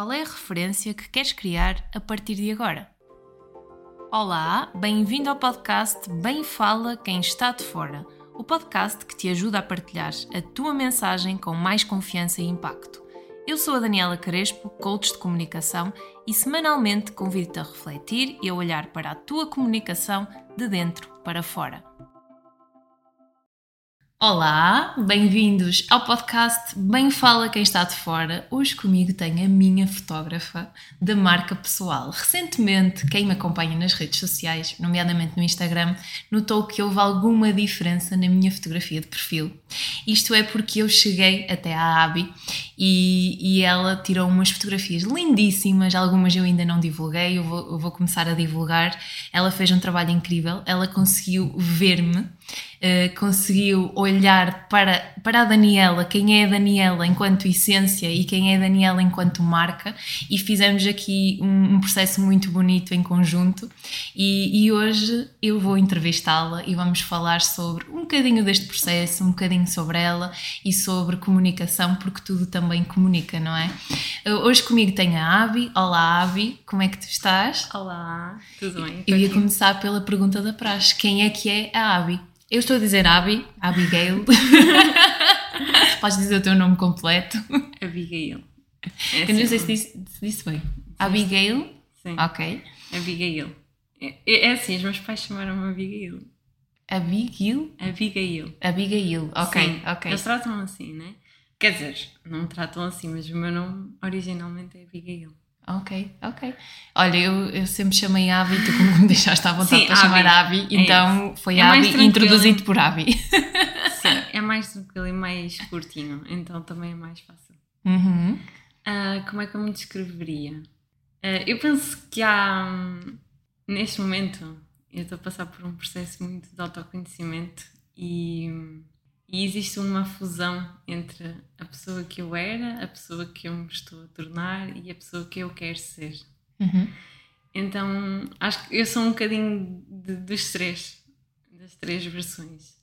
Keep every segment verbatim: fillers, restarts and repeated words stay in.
Qual é a referência que queres criar a partir de agora? Olá, bem-vindo ao podcast Bem Fala Quem Está de Fora, o podcast que te ajuda a partilhar a tua mensagem com mais confiança e impacto. Eu sou a Daniela Crespo, coach de comunicação, e semanalmente convido-te a refletir e a olhar para a tua comunicação de dentro para fora. Olá, bem-vindos ao podcast Bem Fala Quem Está de Fora. Hoje comigo tenho a minha fotógrafa da marca pessoal. Recentemente, quem me acompanha nas redes sociais, nomeadamente no Instagram, notou que houve alguma diferença na minha fotografia de perfil. Isto é porque eu cheguei até à Abi e, e ela tirou umas fotografias lindíssimas, algumas eu ainda não divulguei, eu vou, eu vou começar a divulgar. Ela fez um trabalho incrível, ela conseguiu ver-me, Uh, conseguiu olhar para, para a Daniela, quem é a Daniela enquanto essência e quem é a Daniela enquanto marca, e fizemos aqui um, um processo muito bonito em conjunto e, e hoje eu vou entrevistá-la e vamos falar sobre um bocadinho deste processo, um bocadinho sobre ela e sobre comunicação, porque tudo também comunica, não é? Uh, hoje comigo tenho a Abi. Olá, Abi, como é que tu estás? Olá, tudo bem? Eu ia começar pela pergunta da praxe: quem é que é a Abi? Eu estou a dizer Abi, Abigail. Podes dizer o teu nome completo? Abigail. É assim, eu não sei se disse, se disse bem. Abigail? Sim. Ok. Abigail. É, é assim, os meus pais chamaram-me Abigail. Abigail? Abigail. Abigail, ok, Sim, ok. eles tratam assim, né? Quer dizer, não me tratam assim, mas o meu nome originalmente é Abigail. Ok, ok. Olha, eu, eu sempre chamei Abi, tu como me deixaste à vontade Sim, para chamar Abi, então é foi é Abi introduzido por Abi. Sim, é mais tranquilo e mais curtinho, então também é mais fácil. Uhum. Uh, como é que eu me descreveria? Uh, eu penso que há, hum, neste momento, eu estou a passar por um processo muito de autoconhecimento e, e existe uma fusão entre a pessoa que eu era, a pessoa que eu me estou a tornar e a pessoa que eu quero ser. Uhum. Então, acho que eu sou um bocadinho de, dos três, das três versões.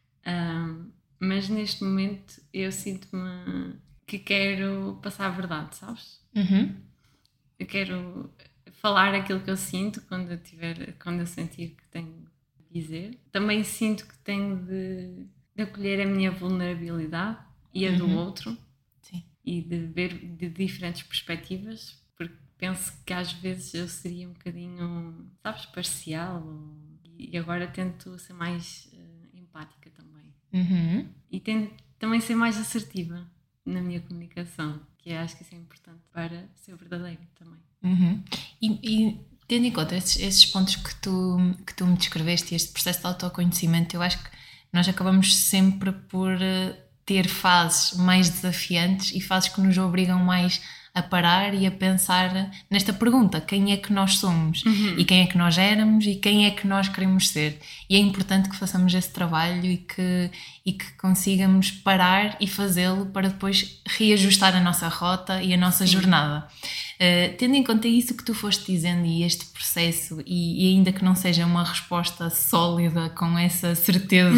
Um, mas neste momento eu sinto-me que quero passar a verdade, sabes? Uhum. Eu quero falar aquilo que eu sinto quando eu, tiver, quando eu sentir que tenho de dizer. Também sinto que tenho de, de acolher a minha vulnerabilidade e a Uhum. do outro. Sim. E de ver de diferentes perspectivas, porque penso que às vezes eu seria um bocadinho, sabes, parcial, ou, e agora tento ser mais uh, empática também. Uhum. E tento também ser mais assertiva na minha comunicação, que eu acho que isso é importante para ser verdadeira também. Uhum. E, e tendo em conta esses, esses pontos que tu, que tu me descreveste, este processo de autoconhecimento, eu acho que nós acabamos sempre por uh, ter fases mais desafiantes e fases que nos obrigam mais a parar e a pensar nesta pergunta: quem é que nós somos? Uhum. E quem é que nós éramos e quem é que nós queremos ser? E é importante que façamos esse trabalho e que, e que consigamos parar e fazê-lo para depois reajustar a nossa rota e a nossa Sim. jornada. Uh, tendo em conta isso que tu foste dizendo e este processo, e, e ainda que não seja uma resposta sólida com essa certeza,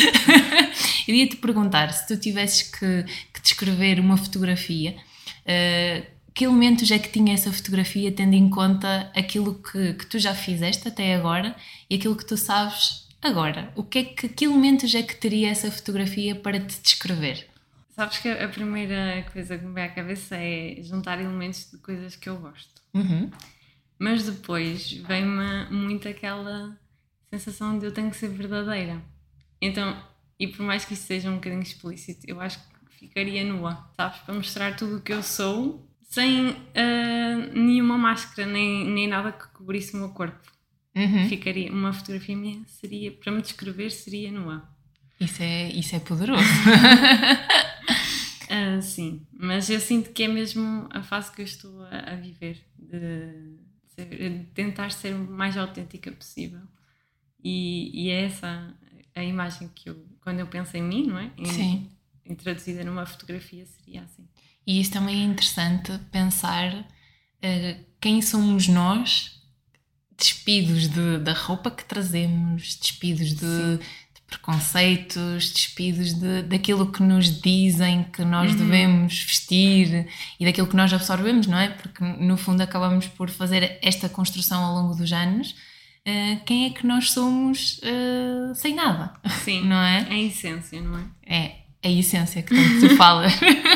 eu ia te perguntar, se tu tivesses que, que descrever uma fotografia, uh, que elementos é que tinha essa fotografia, tendo em conta aquilo que, que tu já fizeste até agora e aquilo que tu sabes agora? O que é que, que elementos é que teria essa fotografia para te descrever? Sabes que a primeira coisa que me vem à cabeça é juntar elementos de coisas que eu gosto. Uhum. Mas depois vem-me muito aquela sensação de eu tenho que ser verdadeira. Então, e por mais que isto seja um bocadinho explícito, eu acho que ficaria nua, sabes? Para mostrar tudo o que eu sou, sem uh, nenhuma máscara, nem, nem nada que cobrisse o meu corpo. Uhum. Ficaria, uma fotografia minha seria, para me descrever, seria nua. Isso é, isso é poderoso. Uh, sim, mas eu sinto que é mesmo a fase que eu estou a, a viver, de, ser, de tentar ser o mais autêntica possível. E, e é essa a imagem que eu, quando eu penso em mim, não é? Em, Sim. em traduzida numa fotografia, seria assim. E isso também é interessante pensar uh, quem somos nós, despidos de, da roupa que trazemos, despidos de, de preconceitos, despidos de, daquilo que nos dizem que nós uhum. devemos vestir e daquilo que nós absorvemos, não é? Porque no fundo acabamos por fazer esta construção ao longo dos anos. Uh, quem é que nós somos uh, sem nada? Sim, não é? É a essência, não é? É, a essência que tanto tu falas.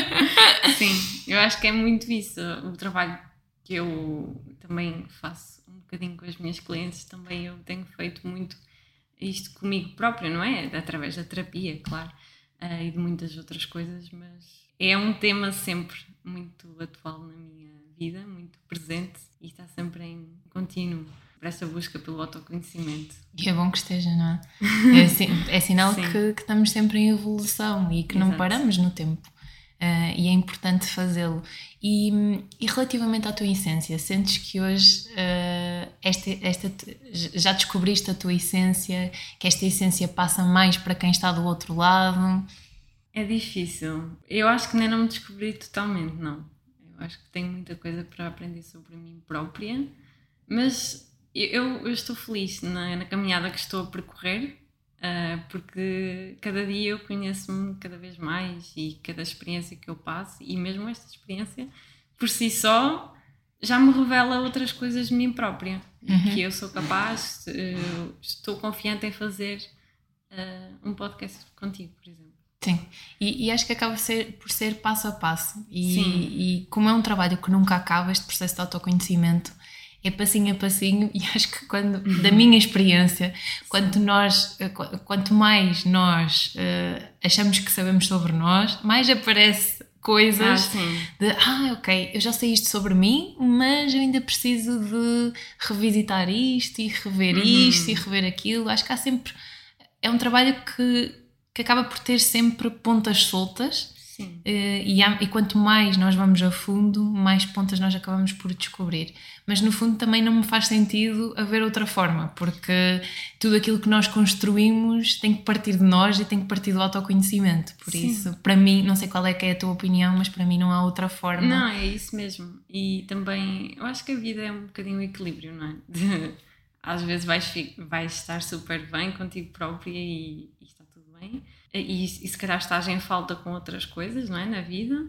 Sim, eu acho que é muito isso. O trabalho que eu também faço um bocadinho com as minhas clientes, também eu tenho feito muito isto comigo própria, não é? Através da terapia, claro, uh, e de muitas outras coisas, mas é um tema sempre muito atual na minha vida, muito presente e está sempre em contínuo para essa busca pelo autoconhecimento. E é bom que esteja, não é? É, é sinal que, que estamos sempre em evolução e que Exato. Não paramos no tempo. Uh, e é importante fazê-lo. E, e relativamente à tua essência, sentes que hoje uh, esta, esta, já descobriste a tua essência, que esta essência passa mais para quem está do outro lado? É difícil. Eu acho que ainda não me descobri totalmente, não. Eu acho que tenho muita coisa para aprender sobre mim própria, mas eu, eu estou feliz na, na caminhada que estou a percorrer. Uh, porque cada dia eu conheço-me cada vez mais e cada experiência que eu passo, e mesmo esta experiência por si só já me revela outras coisas de mim própria, uhum. que eu sou capaz, uh, estou confiante em fazer uh, um podcast contigo, por exemplo. Sim, e, e acho que acaba por ser, por ser passo a passo e, e como é um trabalho que nunca acaba, este processo de autoconhecimento é passinho a passinho, e acho que quando, da minha experiência, quanto, nós, quanto mais nós uh, achamos que sabemos sobre nós, mais aparece coisas ah, de, ah, ok, eu já sei isto sobre mim, mas eu ainda preciso de revisitar isto e rever uhum. isto e rever aquilo. Acho que há sempre, é um trabalho que, que acaba por ter sempre pontas soltas. Sim. Uh, e, há, e quanto mais nós vamos a fundo, mais pontas nós acabamos por descobrir. Mas no fundo também não me faz sentido haver outra forma, porque tudo aquilo que nós construímos tem que partir de nós e tem que partir do autoconhecimento. Por Sim. isso, para mim, não sei qual é que é a tua opinião, mas para mim não há outra forma. Não, é isso mesmo. E também, eu acho que a vida é um bocadinho equilíbrio, não é? De, às vezes vais, vais estar super bem contigo própria e, e está tudo bem. E, e se calhar estás em falta com outras coisas, não é? Na vida,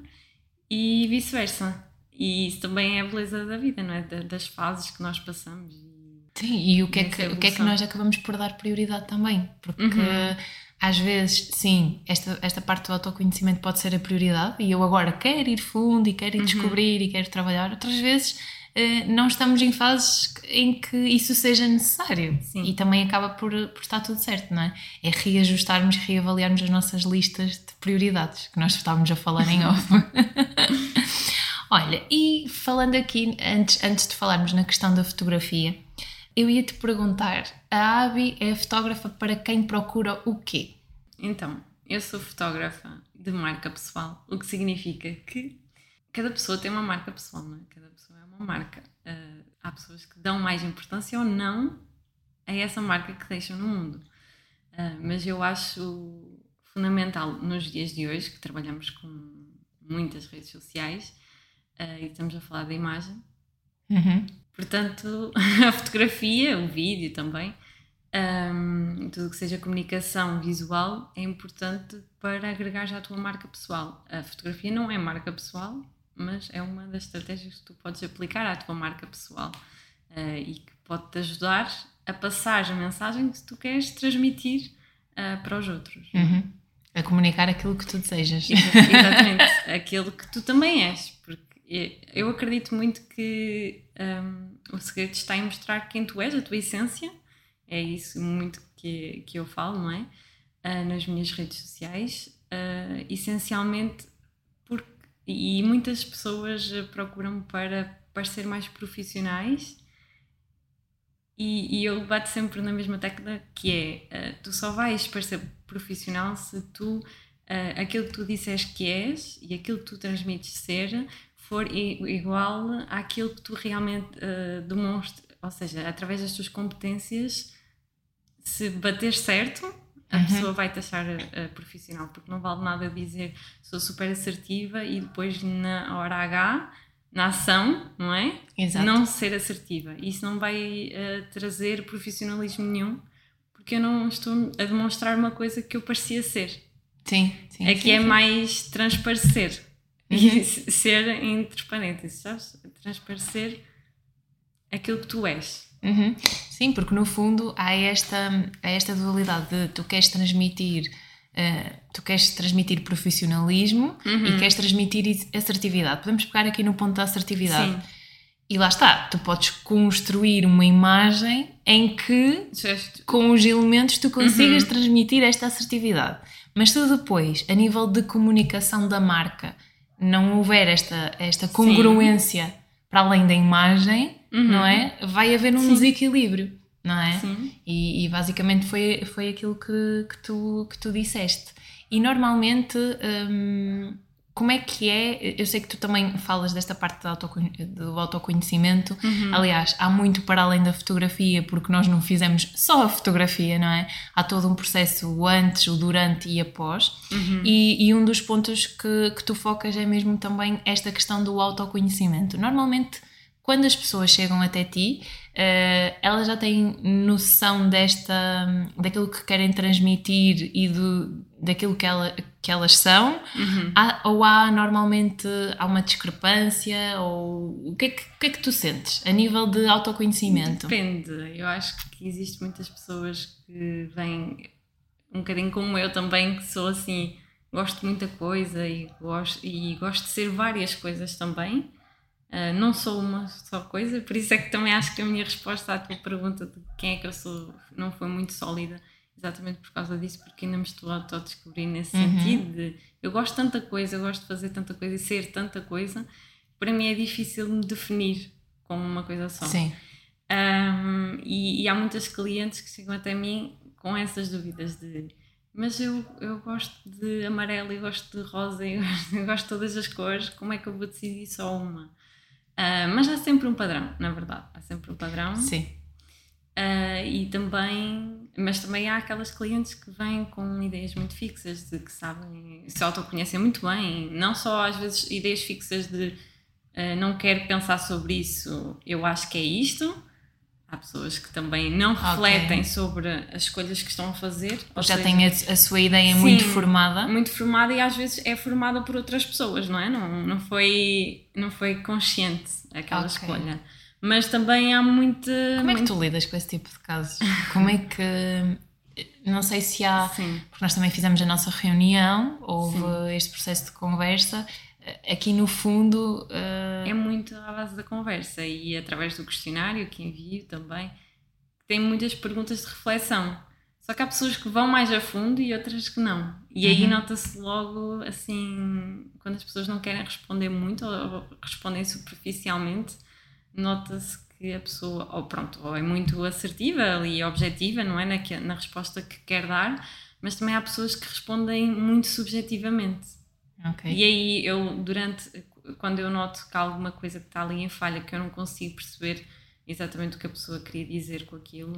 e vice-versa. E isso também é a beleza da vida, não é? Das fases que nós passamos. E, Sim, e o que, é que, o que é que nós acabamos por dar prioridade também. Porque uhum. às vezes, sim, esta, esta parte do autoconhecimento pode ser a prioridade e eu agora quero ir fundo e quero ir descobrir uhum. e quero trabalhar. Outras vezes não estamos em fases em que isso seja necessário. Sim. E também acaba por, por estar tudo certo, não é? É reajustarmos, reavaliarmos as nossas listas de prioridades, que nós estávamos a falar em off. Olha, e falando aqui, antes, antes de falarmos na questão da fotografia, eu ia-te perguntar, a Abi é fotógrafa para quem procura o quê? Então, eu sou fotógrafa de marca pessoal, o que significa que cada pessoa tem uma marca pessoal, não é? Cada pessoa é uma marca. Uh, há pessoas que dão mais importância ou não a essa marca que deixam no mundo. Uh, mas eu acho fundamental nos dias de hoje, que trabalhamos com muitas redes sociais, uh, e estamos a falar da imagem. Uhum. Portanto, a fotografia, o vídeo também, um, tudo que seja comunicação visual é importante para agregar já a tua marca pessoal. A fotografia não é marca pessoal, mas é uma das estratégias que tu podes aplicar à tua marca pessoal uh, e que pode-te ajudar a passar a mensagem que tu queres transmitir uh, para os outros. Uhum. A comunicar aquilo que tu desejas. Exatamente, aquilo que tu também és, porque eu acredito muito que um, o segredo está em mostrar quem tu és, a tua essência. É isso muito que, que eu falo, não é? Uh, nas minhas redes sociais, uh, essencialmente porque, e muitas pessoas procuram para parecer mais profissionais, e, e eu bato sempre na mesma tecla, que é, uh, tu só vais parecer profissional se tu, uh, aquilo que tu disseres que és e aquilo que tu transmites ser for igual àquilo que tu realmente uh, demonstras, ou seja, através das tuas competências, se bater certo, a uhum. pessoa vai-te achar uh, profissional, porque não vale nada dizer sou super assertiva e depois na hora H, na ação, não é? Exato. Não ser assertiva. Isso não vai uh, trazer profissionalismo nenhum, porque eu não estou a demonstrar uma coisa que eu parecia ser. Sim, sim. Aqui sim, é sim. mais transparecer. Uhum. E ser entre parênteses, sabes? Transparecer aquilo que tu és. Uhum. Sim, porque no fundo há esta, há esta dualidade de tu queres transmitir, uh, tu queres transmitir profissionalismo Uhum. e queres transmitir assertividade. Podemos pegar aqui no ponto da assertividade. Sim. E lá está, tu podes construir uma imagem em que, Just... com os elementos, tu consigas Uhum. transmitir esta assertividade. Mas se depois, a nível de comunicação da marca, não houver esta, esta congruência Sim. para além da imagem, uhum. não é? Vai haver um Sim. desequilíbrio, não é? Sim. E, e basicamente foi, foi aquilo que, que, tu, que tu disseste. E normalmente... Hum, como é que é? Eu sei que tu também falas desta parte do, autoconhe- do autoconhecimento. Uhum. Aliás, há muito para além da fotografia, porque nós não fizemos só a fotografia, não é? Há todo um processo o antes, o durante e após. Uhum. E, e um dos pontos que, que tu focas é mesmo também esta questão do autoconhecimento. Normalmente, quando as pessoas chegam até ti, uh, elas já têm noção desta, daquilo que querem transmitir e do, daquilo que, ela, que elas são, uhum. há, ou há normalmente há uma discrepância, ou o que, é que, o que é que tu sentes a nível de autoconhecimento? Depende, eu acho que existem muitas pessoas que vêm um bocadinho como eu também, que sou assim, gosto de muita coisa e gosto, e gosto de ser várias coisas também. Uh, não sou uma só coisa, por isso é que também acho que a minha resposta à tua pergunta de quem é que eu sou não foi muito sólida, exatamente por causa disso, porque ainda me estou a autodescobrir nesse uhum. sentido de eu gosto de tanta coisa, eu gosto de fazer tanta coisa e ser tanta coisa, para mim é difícil me definir como uma coisa só. Sim. Um, e, e há muitas clientes que chegam até mim com essas dúvidas de mas eu, eu gosto de amarelo e gosto de rosa e gosto, eu gosto de todas as cores, como é que eu vou decidir só uma? Uh, mas há sempre um padrão, na verdade, há sempre um padrão. Sim. Uh, e também, mas também há aquelas clientes que vêm com ideias muito fixas, de que sabem, se autoconhecem muito bem, não só às vezes ideias fixas de uh, não quero pensar sobre isso, eu acho que é isto. Há pessoas que também não refletem okay. sobre as escolhas que estão a fazer. Ou já têm a, a sua ideia sim, muito formada. Muito formada e às vezes é formada por outras pessoas, não é? Não, não, foi, não foi consciente aquela okay. escolha. Mas também há muita... Como é que muito... tu lidas com esse tipo de casos? Como é que... Não sei se há... Sim. Porque nós também fizemos a nossa reunião, houve sim. este processo de conversa... Aqui no fundo... Uh... É muito à base da conversa e através do questionário que envio também, tem muitas perguntas de reflexão. Só que há pessoas que vão mais a fundo e outras que não. E aí uhum. nota-se logo, assim, quando as pessoas não querem responder muito ou respondem superficialmente, nota-se que a pessoa, ou pronto, ou é muito assertiva e objetiva, não é? Na, que, na resposta que quer dar, mas também há pessoas que respondem muito subjetivamente. Okay. E aí eu, durante, quando eu noto que há alguma coisa que está ali em falha, que eu não consigo perceber exatamente o que a pessoa queria dizer com aquilo,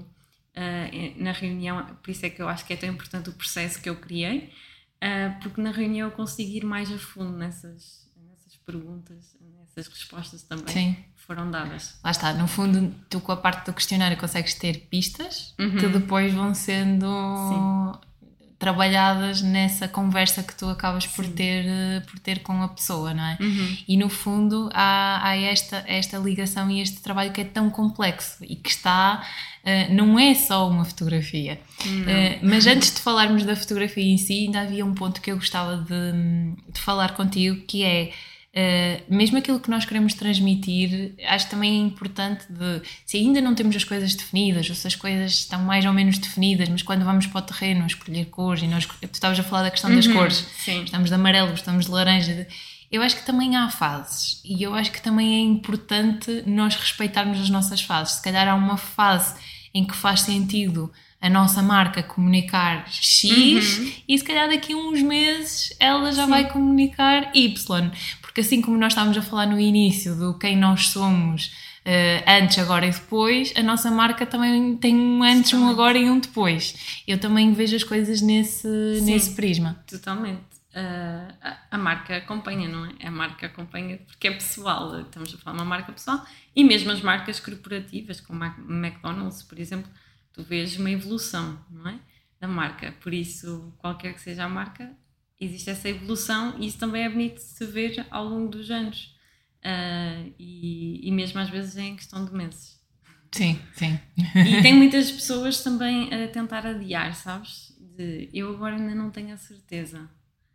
uh, na reunião, por isso é que eu acho que é tão importante o processo que eu criei, uh, porque na reunião eu consigo ir mais a fundo nessas, nessas perguntas, nessas respostas também Sim. que foram dadas. Lá está, no fundo tu com a parte do questionário consegues ter pistas uhum. que depois vão sendo... Sim. trabalhadas nessa conversa que tu acabas por ter, por ter com a pessoa, não é? Uhum. E no fundo há, há esta, esta ligação e este trabalho que é tão complexo e que está, uh, não é só uma fotografia. Uh, mas antes de falarmos da fotografia em si, ainda havia um ponto que eu gostava de, de falar contigo, que é Uh, mesmo aquilo que nós queremos transmitir, acho que também é importante de, se ainda não temos as coisas definidas, ou se as coisas estão mais ou menos definidas, mas quando vamos para o terreno a escolher cores, e nós, tu estavas a falar da questão das uhum, cores, sim. estamos de amarelo, estamos de laranja, eu acho que também há fases, e eu acho que também é importante nós respeitarmos as nossas fases. Se calhar há uma fase em que faz sentido a nossa marca comunicar X, uhum. e se calhar daqui a uns meses ela já sim. vai comunicar Y, porque assim como nós estávamos a falar no início do quem nós somos uh, antes, agora e depois, a nossa marca também tem um antes, um agora e um depois. Eu também vejo as coisas nesse, nesse prisma. Totalmente. Uh, a, a marca acompanha, não é? A marca acompanha porque é pessoal, estamos a falar de uma marca pessoal, e mesmo as marcas corporativas, como a McDonald's, por exemplo, tu vês uma evolução, não é? Da marca. Por isso, qualquer que seja a marca, existe essa evolução e isso também é bonito de se ver ao longo dos anos. Uh, e, e mesmo às vezes é em questão de meses. Sim, sim. E tem muitas pessoas também a tentar adiar, sabes? De eu agora ainda não tenho a certeza.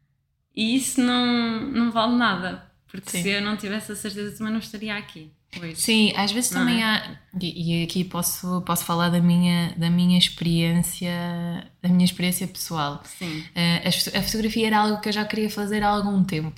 E isso não, não vale nada, porque sim. Se eu não tivesse a certeza também não estaria aqui hoje. Sim, às vezes não também é? há, e, e aqui posso, posso falar da minha, da minha experiência, da minha experiência pessoal. Sim. Uh, a, a fotografia era algo que eu já queria fazer há algum tempo,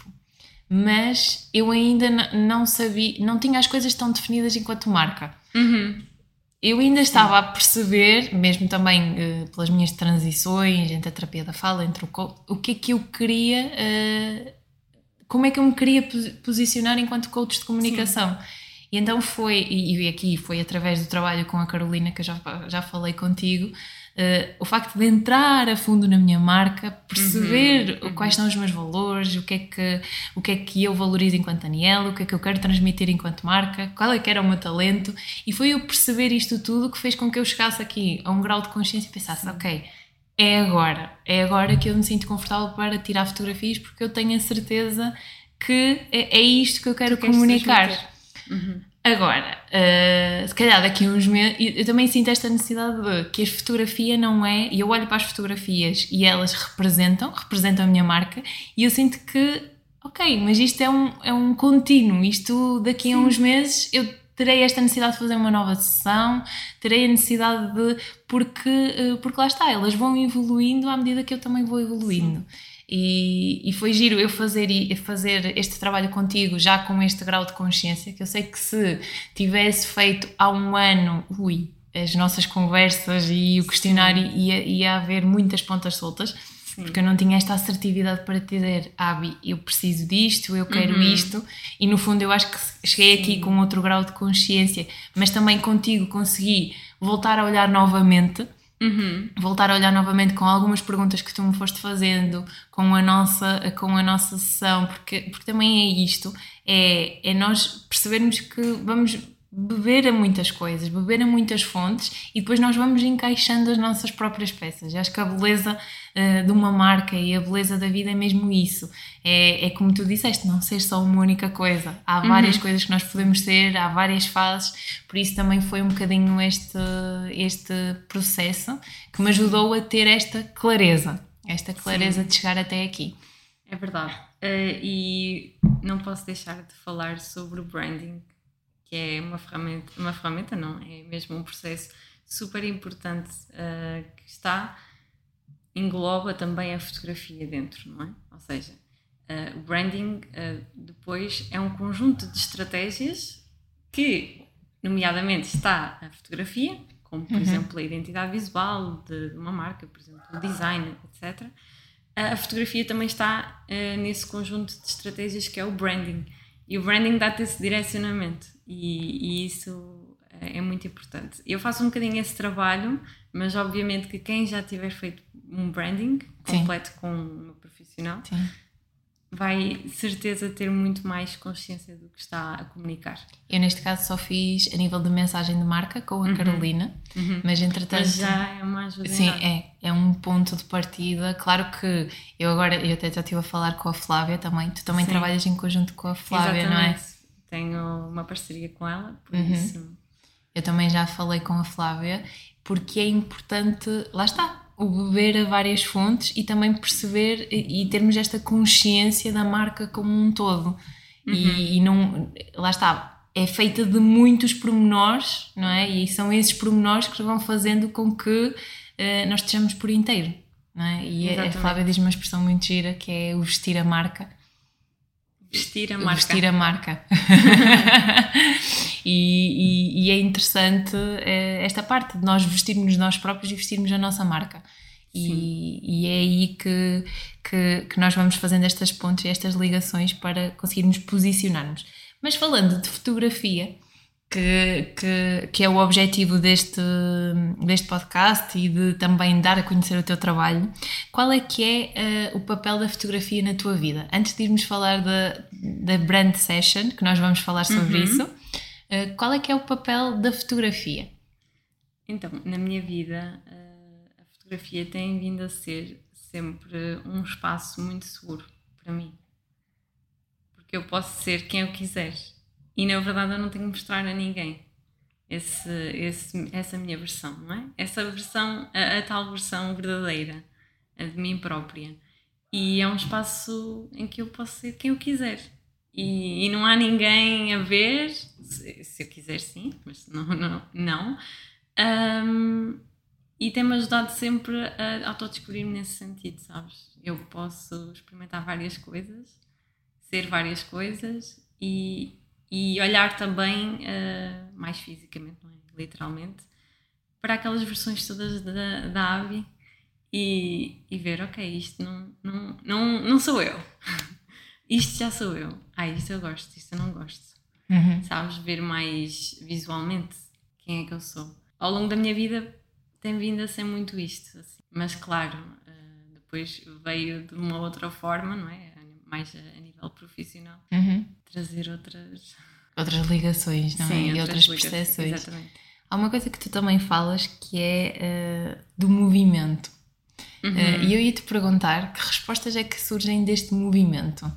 mas eu ainda n- não sabia, não tinha as coisas tão definidas enquanto marca. Uhum. Eu ainda estava a perceber, mesmo também uh, pelas minhas transições entre a terapia da fala, entre o coach, o que é que eu queria, uh, como é que eu me queria pos- posicionar enquanto coach de comunicação. Sim. E então foi, e, e aqui foi através do trabalho com a Carolina, que eu já, já falei contigo, uh, o facto de entrar a fundo na minha marca, perceber uhum, uhum. quais são os meus valores, o que, é que, o que é que eu valorizo enquanto Daniela, o que é que eu quero transmitir enquanto marca, qual é que era o meu talento, e foi eu perceber isto tudo que fez com que eu chegasse aqui a um grau de consciência e pensasse, sim. ok, é agora, é agora que eu me sinto confortável para tirar fotografias, porque eu tenho a certeza que é, é isto que eu quero comunicar. Uhum. Agora, uh, se calhar daqui a uns meses, eu também sinto esta necessidade de que a fotografia não é, e eu olho para as fotografias e elas representam, representam a minha marca, e eu sinto que, ok, mas isto é um, é um contínuo, isto daqui a Sim. uns meses eu terei esta necessidade de fazer uma nova sessão, terei a necessidade de, porque, uh, porque lá está, elas vão evoluindo à medida que eu também vou evoluindo. Sim. E, e foi giro eu fazer, fazer este trabalho contigo já com este grau de consciência, que eu sei que se tivesse feito há um ano, ui, as nossas conversas e o questionário ia, ia haver muitas pontas soltas. Sim. Porque eu não tinha esta assertividade para te dizer, Abi, eu preciso disto, eu quero uhum. isto, e no fundo eu acho que cheguei Sim. aqui com outro grau de consciência, mas também contigo consegui voltar a olhar novamente. Uhum. Voltar a olhar novamente com algumas perguntas que tu me foste fazendo, com a nossa, com a nossa sessão, porque, porque também é isto, é, é nós percebermos que vamos beber a muitas coisas, beber a muitas fontes e depois nós vamos encaixando as nossas próprias peças. Eu acho que a beleza uh, de uma marca e a beleza da vida é mesmo isso, é, é como tu disseste, não ser só uma única coisa, há várias uhum. coisas que nós podemos ser, há várias fases, por isso também foi um bocadinho este, este processo que me ajudou a ter esta clareza, esta clareza Sim. de chegar até aqui. É verdade, uh, e não posso deixar de falar sobre o branding, que é uma ferramenta, uma ferramenta não, é mesmo um processo super importante uh, que está, engloba também a fotografia dentro, não é? Ou seja, uh, o branding uh, depois é um conjunto de estratégias que, nomeadamente, está a fotografia, como por uhum. exemplo a identidade visual de, de uma marca, por exemplo o design, etcétera. Uh, a fotografia também está uh, nesse conjunto de estratégias que é o branding. E o branding dá-te esse direcionamento e, e isso é muito importante. Eu faço um bocadinho esse trabalho, mas obviamente que quem já tiver feito um branding completo Sim. com uma profissional Sim. vai certeza ter muito mais consciência do que está a comunicar. Eu neste caso só fiz a nível de mensagem de marca com a uhum. Carolina, uhum. mas entretanto... Mas já é uma ajuda. Sim, é, é um ponto de partida. Claro que eu agora, eu até já estive a falar com a Flávia também, tu também Sim. trabalhas em conjunto com a Flávia, Exatamente. Não é? Tenho uma parceria com ela, por uhum. isso... Eu também já falei com a Flávia, porque é importante, lá está, o beber a várias fontes e também perceber e, e termos esta consciência da marca como um todo. Uhum. E, e não, lá está, é feita de muitos pormenores, não é? E são esses pormenores que vão fazendo com que uh, nós estejamos por inteiro, não é? E Exatamente. A Flávia diz uma expressão muito gira que é o vestir a marca. Vestir a marca. Vestir a marca. e, e, e é interessante é, esta parte de nós vestirmos nós próprios e vestirmos a nossa marca. E, e é aí que, que, que nós vamos fazendo estas pontes e estas ligações para conseguirmos posicionarmos. Mas falando de fotografia, que, que, que é o objetivo deste, deste podcast e de também dar a conhecer o teu trabalho, qual é que é uh, o papel da fotografia na tua vida? Antes de irmos falar da, da Brand Session, que nós vamos falar sobre uhum. isso, uh, qual é que é o papel da fotografia? Então, na minha vida, a fotografia tem vindo a ser sempre um espaço muito seguro para mim. Porque eu posso ser quem eu quiser. E, na verdade, eu não tenho que mostrar a ninguém esse, esse, essa minha versão, não é? Essa versão, a, a tal versão verdadeira, a de mim própria. E é um espaço em que eu posso ser quem eu quiser. E, e não há ninguém a ver, se, se eu quiser sim, mas não, não, não. Um, e tem-me ajudado sempre a autodescobrir-me nesse sentido, sabes? Eu posso experimentar várias coisas, ser várias coisas e, e olhar também, uh, mais fisicamente, não é? Literalmente, para aquelas versões todas da, da Abby e, e ver, ok, isto não, não, não, não sou eu. Isto já sou eu. Ah, isto eu gosto, isto eu não gosto. Uhum. Sabes? Ver mais visualmente quem é que eu sou. Ao longo da minha vida tem vindo a ser muito isto. Assim. Mas claro, depois veio de uma outra forma, não é? Mais a nível profissional. Uhum. Trazer outras... Outras ligações, não é? Sim, E outras ligações. percepções. Exatamente. Há uma coisa que tu também falas que é uh, do movimento. Uhum. Uh, e eu ia-te perguntar que respostas é que surgem deste movimento?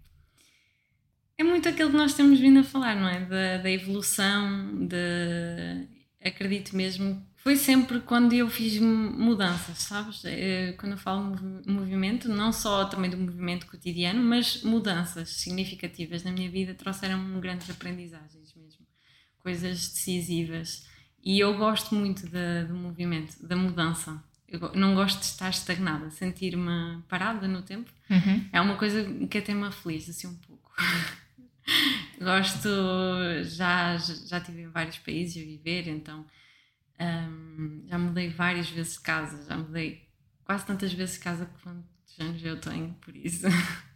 É muito aquilo que nós temos vindo a falar, não é? Da, da evolução, de... acredito mesmo, foi sempre quando eu fiz mudanças, sabes? Quando eu falo movimento, não só também do movimento cotidiano, mas mudanças significativas na minha vida trouxeram-me grandes aprendizagens mesmo, coisas decisivas. E eu gosto muito de, do movimento, da mudança. Eu não gosto de estar estagnada, sentir-me parada no tempo. Uhum. É uma coisa que até me aflige assim um pouco. Gosto, já, já estive em vários países a viver, então um, já mudei várias vezes de casa, já mudei quase tantas vezes de casa quantos anos eu tenho, por isso.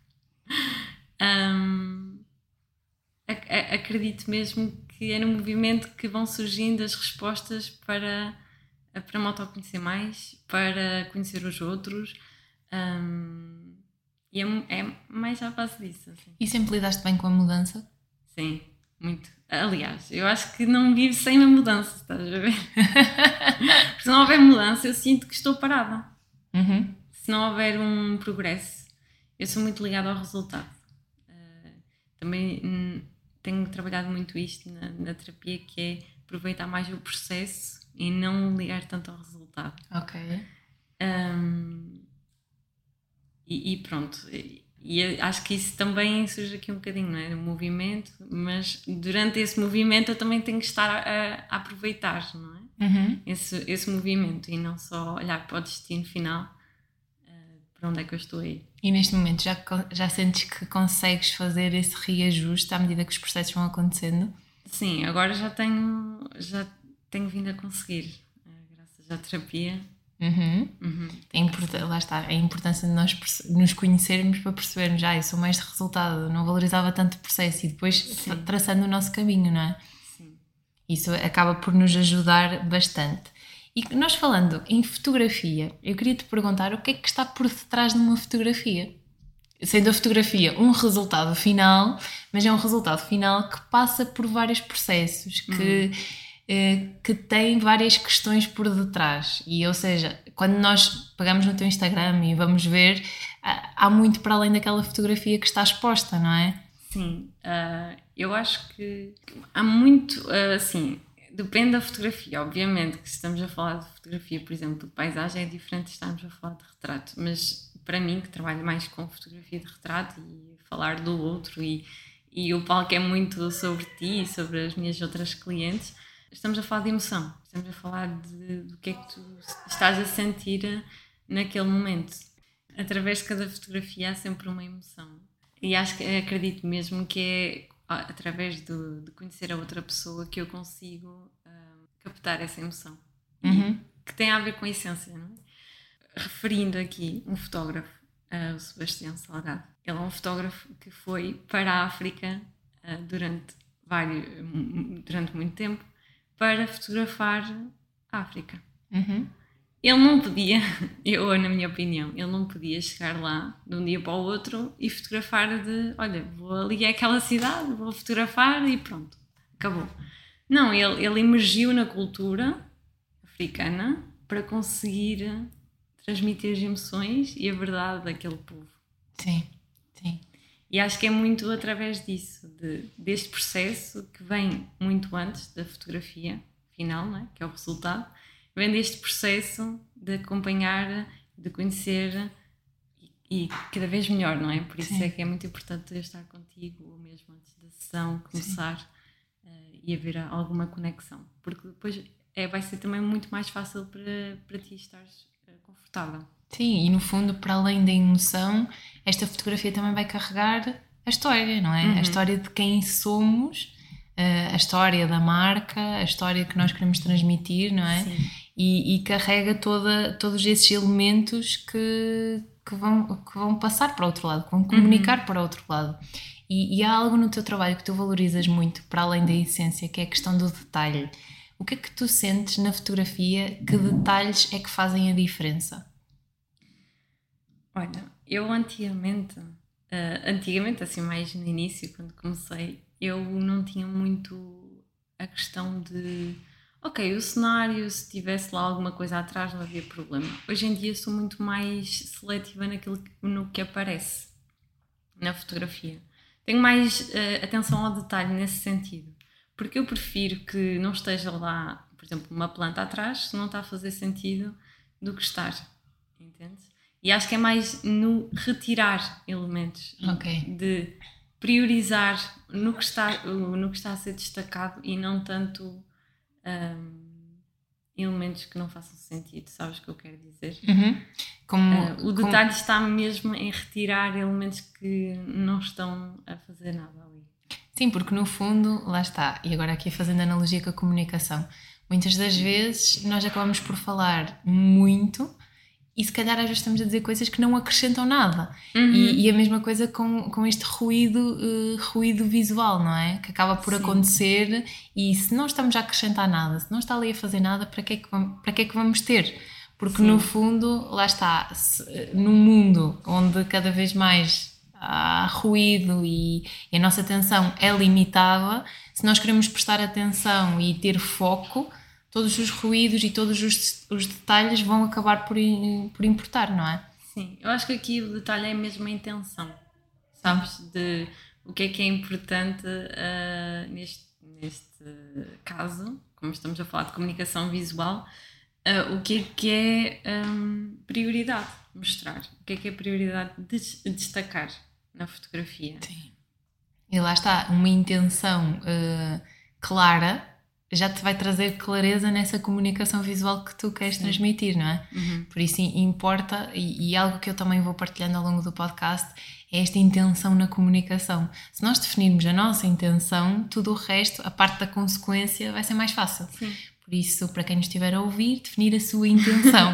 um, ac- acredito mesmo que é no movimento que vão surgindo as respostas para, para me autoconhecer mais, para conhecer os outros. Um, E é, é mais à base disso. Assim. E sempre lidaste bem com a mudança? Sim, muito. Aliás, eu acho que não vivo sem a mudança, estás a ver? Porque se não houver mudança, eu sinto que estou parada. Uhum. Se não houver um progresso, eu sou muito ligada ao resultado. Uh, também hum, tenho trabalhado muito isto na, na terapia, que é aproveitar mais o processo e não ligar tanto ao resultado. Ok. Um, E, e pronto, e, e acho que isso também surge aqui um bocadinho, não é? O movimento, mas durante esse movimento eu também tenho que estar a, a aproveitar, não é? Uhum. Esse, esse movimento e não só olhar para o destino final, uh, para onde é que eu estou aí. E neste momento já, já sentes que consegues fazer esse reajuste à medida que os processos vão acontecendo? Sim, agora já tenho, já tenho vindo a conseguir, uh, graças à terapia. Uhum. Uhum. É import- lá está, a importância de nós perce- nos conhecermos para percebermos, ah, eu sou mais de resultado, não valorizava tanto o processo e depois Sim. traçando o nosso caminho, não é? Sim. Isso acaba por nos ajudar bastante. E nós falando em fotografia, eu queria te perguntar o que é que está por detrás de uma fotografia? Sendo a fotografia um resultado final, mas é um resultado final que passa por vários processos, que... Uhum. que tem várias questões por detrás e, ou seja, quando nós pegamos no teu Instagram e vamos ver, há muito para além daquela fotografia que está exposta, não é? Sim, uh, eu acho que há muito, uh, assim, depende da fotografia, obviamente que se estamos a falar de fotografia, por exemplo, de paisagem, é diferente de estarmos a falar de retrato, mas para mim, que trabalho mais com fotografia de retrato e falar do outro e, e o palco é muito sobre ti e sobre as minhas outras clientes, estamos a falar de emoção, estamos a falar de, do que é que tu estás a sentir naquele momento. Através de cada fotografia há sempre uma emoção. E acho que acredito mesmo que é através do, de conhecer a outra pessoa que eu consigo uh, captar essa emoção. Uhum. E que tem a ver com a essência, não é? Referindo aqui um fotógrafo, uh, o Sebastião Salgado. Ele é um fotógrafo que foi para a África uh, durante, vários, durante muito tempo para fotografar a África. Uhum. Ele não podia, eu na minha opinião, ele não podia chegar lá de um dia para o outro e fotografar de, olha, vou ali àquela cidade, vou fotografar e pronto, acabou. Não, ele, ele emergiu na cultura africana para conseguir transmitir as emoções e a verdade daquele povo. Sim, sim. E acho que é muito através disso, de, deste processo que vem muito antes da fotografia final, não é? Que é o resultado, vem deste processo de acompanhar, de conhecer e, e cada vez melhor, não é? Por isso Sim. é que é muito importante eu estar contigo, mesmo antes da sessão começar uh, e haver alguma conexão, porque depois é, vai ser também muito mais fácil para, para ti estares uh, confortável. Sim, e no fundo, para além da emoção, esta fotografia também vai carregar a história, não é? Uhum. A história de quem somos, a história da marca, a história que nós queremos transmitir, não é? E, e carrega toda, todos esses elementos que, que, vão, que vão passar para o outro lado, que vão comunicar uhum. para o outro lado. E, e há algo no teu trabalho que tu valorizas muito, para além da essência, que é a questão do detalhe. O que é que tu sentes na fotografia? Que detalhes é que fazem a diferença? Olha, eu antigamente, uh, antigamente, assim mais no início, quando comecei, eu não tinha muito a questão de, ok, o cenário, se tivesse lá alguma coisa atrás não havia problema. Hoje em dia sou muito mais seletiva naquilo que, no que aparece na fotografia. Tenho mais uh, atenção ao detalhe nesse sentido, porque eu prefiro que não esteja lá, por exemplo, uma planta atrás, se não está a fazer sentido, do que estar, entende? E acho que é mais no retirar elementos, okay. de priorizar no que, está, no que está a ser destacado e não tanto um, elementos que não façam sentido, sabes o que eu quero dizer? Uhum. Como, uh, o detalhe como... está mesmo em retirar elementos que não estão a fazer nada ali. Sim, porque no fundo, lá está, e agora aqui fazendo analogia com a comunicação, muitas das vezes nós acabamos por falar muito e se calhar às vezes estamos a dizer coisas que não acrescentam nada. Uhum. E, e a mesma coisa com, com este ruído, uh, ruído visual, não é? Que acaba por Sim. acontecer e se não estamos a acrescentar nada, se não está ali a fazer nada, para que é que vamos, para que é que vamos ter? Porque Sim. no fundo, lá está, se, num mundo onde cada vez mais há ruído e, e a nossa atenção é limitada, se nós queremos prestar atenção e ter foco, todos os ruídos e todos os, os detalhes vão acabar por, por importar, não é? Sim, eu acho que aqui o detalhe é mesmo a intenção, sabes? De o que é que é importante uh, neste, neste caso, como estamos a falar de comunicação visual, uh, o que é que é um, prioridade mostrar, o que é que é prioridade de destacar na fotografia. Sim. E lá está, uma intenção uh, clara já te vai trazer clareza nessa comunicação visual que tu queres Sim. transmitir, não é? Uhum. Por isso importa, e, e algo que eu também vou partilhando ao longo do podcast, é esta intenção na comunicação. Se nós definirmos a nossa intenção, tudo o resto, a parte da consequência, vai ser mais fácil. Sim. Por isso, para quem nos estiver a ouvir, definir a sua intenção.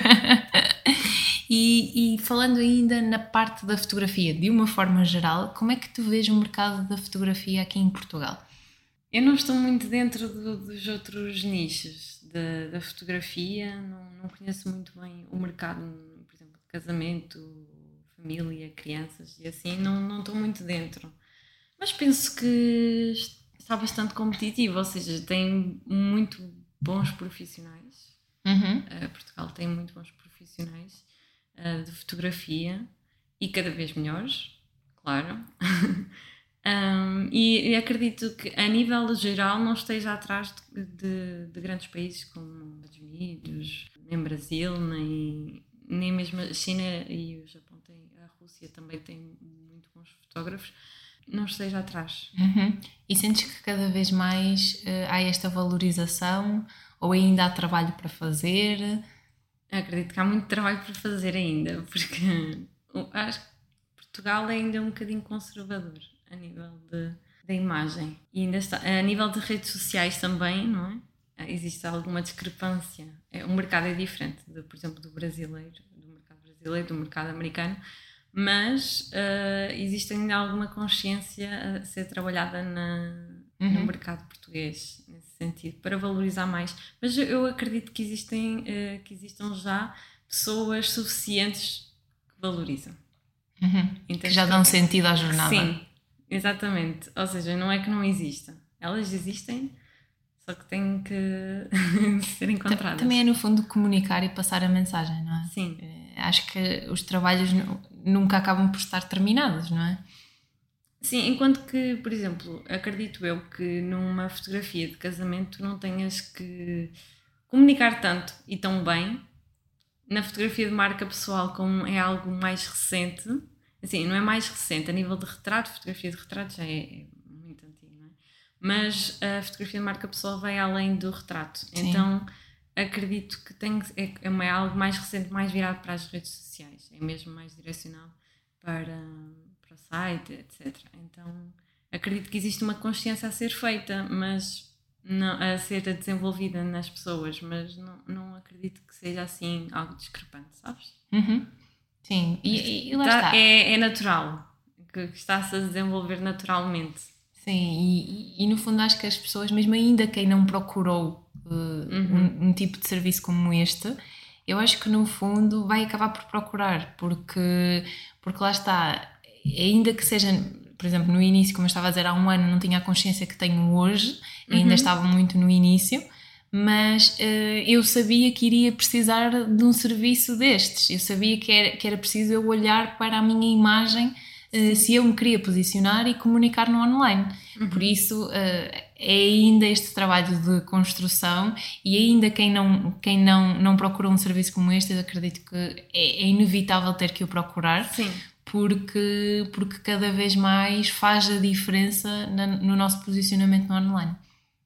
e, e falando ainda na parte da fotografia, de uma forma geral, como é que tu vês o mercado da fotografia aqui em Portugal? Eu não estou muito dentro do, dos outros nichos da, da fotografia, não, não conheço muito bem o mercado, por exemplo, de casamento, família, crianças e assim, não, não estou muito dentro. Mas penso que está bastante competitivo, ou seja, tem muito bons profissionais. Uhum. Uh, Portugal tem muito bons profissionais uh, de fotografia e cada vez melhores, claro. Um, e, e acredito que a nível geral não esteja atrás de, de, de grandes países como os Estados Unidos, nem Brasil, nem, nem mesmo a China e o Japão, tem, a Rússia também tem muito bons fotógrafos, não esteja atrás. Uhum. E sentes que cada vez mais uh, há esta valorização ou ainda há trabalho para fazer? Acredito que há muito trabalho para fazer ainda, porque acho que Portugal é ainda um bocadinho conservador a nível de, da imagem. E ainda está, a nível de redes sociais também, não é? Existe alguma discrepância. É, o mercado é diferente, de, por exemplo, do brasileiro, do mercado brasileiro, do mercado americano, mas uh, existe ainda alguma consciência a ser trabalhada na, uhum. no mercado português, nesse sentido, para valorizar mais. Mas eu acredito que, existem, uh, que existam já pessoas suficientes que valorizam. Uhum. Que já dão sentido à jornada. Sim. Exatamente, ou seja, não é que não exista, elas existem, só que têm que ser encontradas. Também é no fundo comunicar e passar a mensagem, não é? Sim. Acho que os trabalhos nunca acabam por estar terminados, não é? Sim, enquanto que, por exemplo, acredito eu que numa fotografia de casamento não tenhas que comunicar tanto e tão bem. Na fotografia de marca pessoal, como é algo mais recente, assim, não é mais recente, a nível de retrato, fotografia de retrato já é, é muito antiga, não é? Mas a fotografia de marca pessoal vai além do retrato. Sim. Então acredito que tem, é, é algo mais recente, mais virado para as redes sociais, é mesmo mais direcionado para, para o site, etcétera. Então acredito que existe uma consciência a ser feita, mas não, a ser desenvolvida nas pessoas, mas não, não acredito que seja assim algo discrepante, sabes? Uhum. Sim, e, e lá está. está. É, é natural, que está-se a desenvolver naturalmente. Sim, e, e no fundo acho que as pessoas, mesmo ainda quem não procurou uh, uhum. um, um tipo de serviço como este, eu acho que no fundo vai acabar por procurar, porque, porque lá está, ainda que seja, por exemplo, no início, como eu estava a dizer, há um ano não tinha a consciência que tenho hoje, ainda uhum. estava muito no início, mas uh, eu sabia que iria precisar de um serviço destes, eu sabia que era, que era preciso eu olhar para a minha imagem uh, se eu me queria posicionar e comunicar no online. Uhum. Por isso uh, é ainda este trabalho de construção, e ainda quem não, quem não, não procura um serviço como este, eu acredito que é, é inevitável ter que o procurar. Sim. Porque, porque cada vez mais faz a diferença na, no nosso posicionamento no online.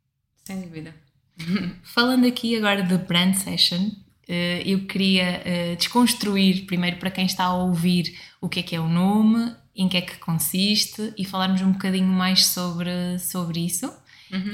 Sem dúvida. Falando aqui agora da Brand Session, eu queria desconstruir primeiro para quem está a ouvir o que é que é o nome, em que é que consiste, e falarmos um bocadinho mais sobre, sobre isso. Uhum.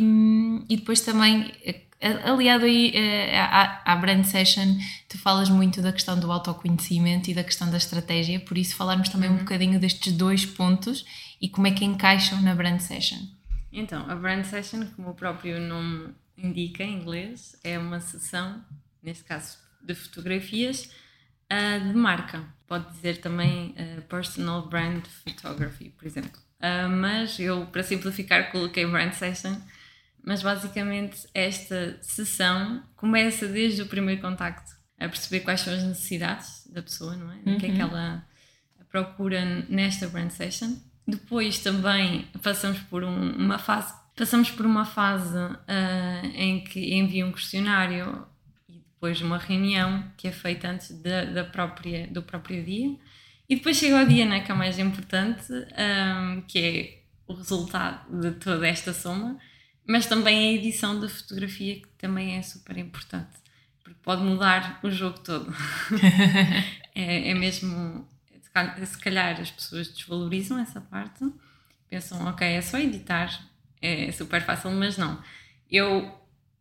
E, e depois também, aliado aí à, à Brand Session, tu falas muito da questão do autoconhecimento e da questão da estratégia, por isso falarmos também uhum. um bocadinho destes dois pontos e como é que encaixam na Brand Session. Então, a Brand Session, como o próprio nome indica em inglês, é uma sessão, neste caso de fotografias, uh, de marca. Pode dizer também uh, Personal Brand Photography, por exemplo. Uh, mas eu, para simplificar, coloquei Brand Session. Mas basicamente esta sessão começa desde o primeiro contacto a perceber quais são as necessidades da pessoa, não é? Uhum. O que é que ela procura nesta Brand Session. Depois também passamos por um, uma fase, passamos por uma fase uh, em que envia um questionário e depois uma reunião que é feita antes da, da própria, do próprio dia. E depois chega o dia, né, que é o mais importante, um, que é o resultado de toda esta soma. Mas também a edição da fotografia, que também é super importante, porque pode mudar o jogo todo. é, é mesmo, se calhar as pessoas desvalorizam essa parte, pensam, ok, é só editar, é super fácil, mas não. Eu,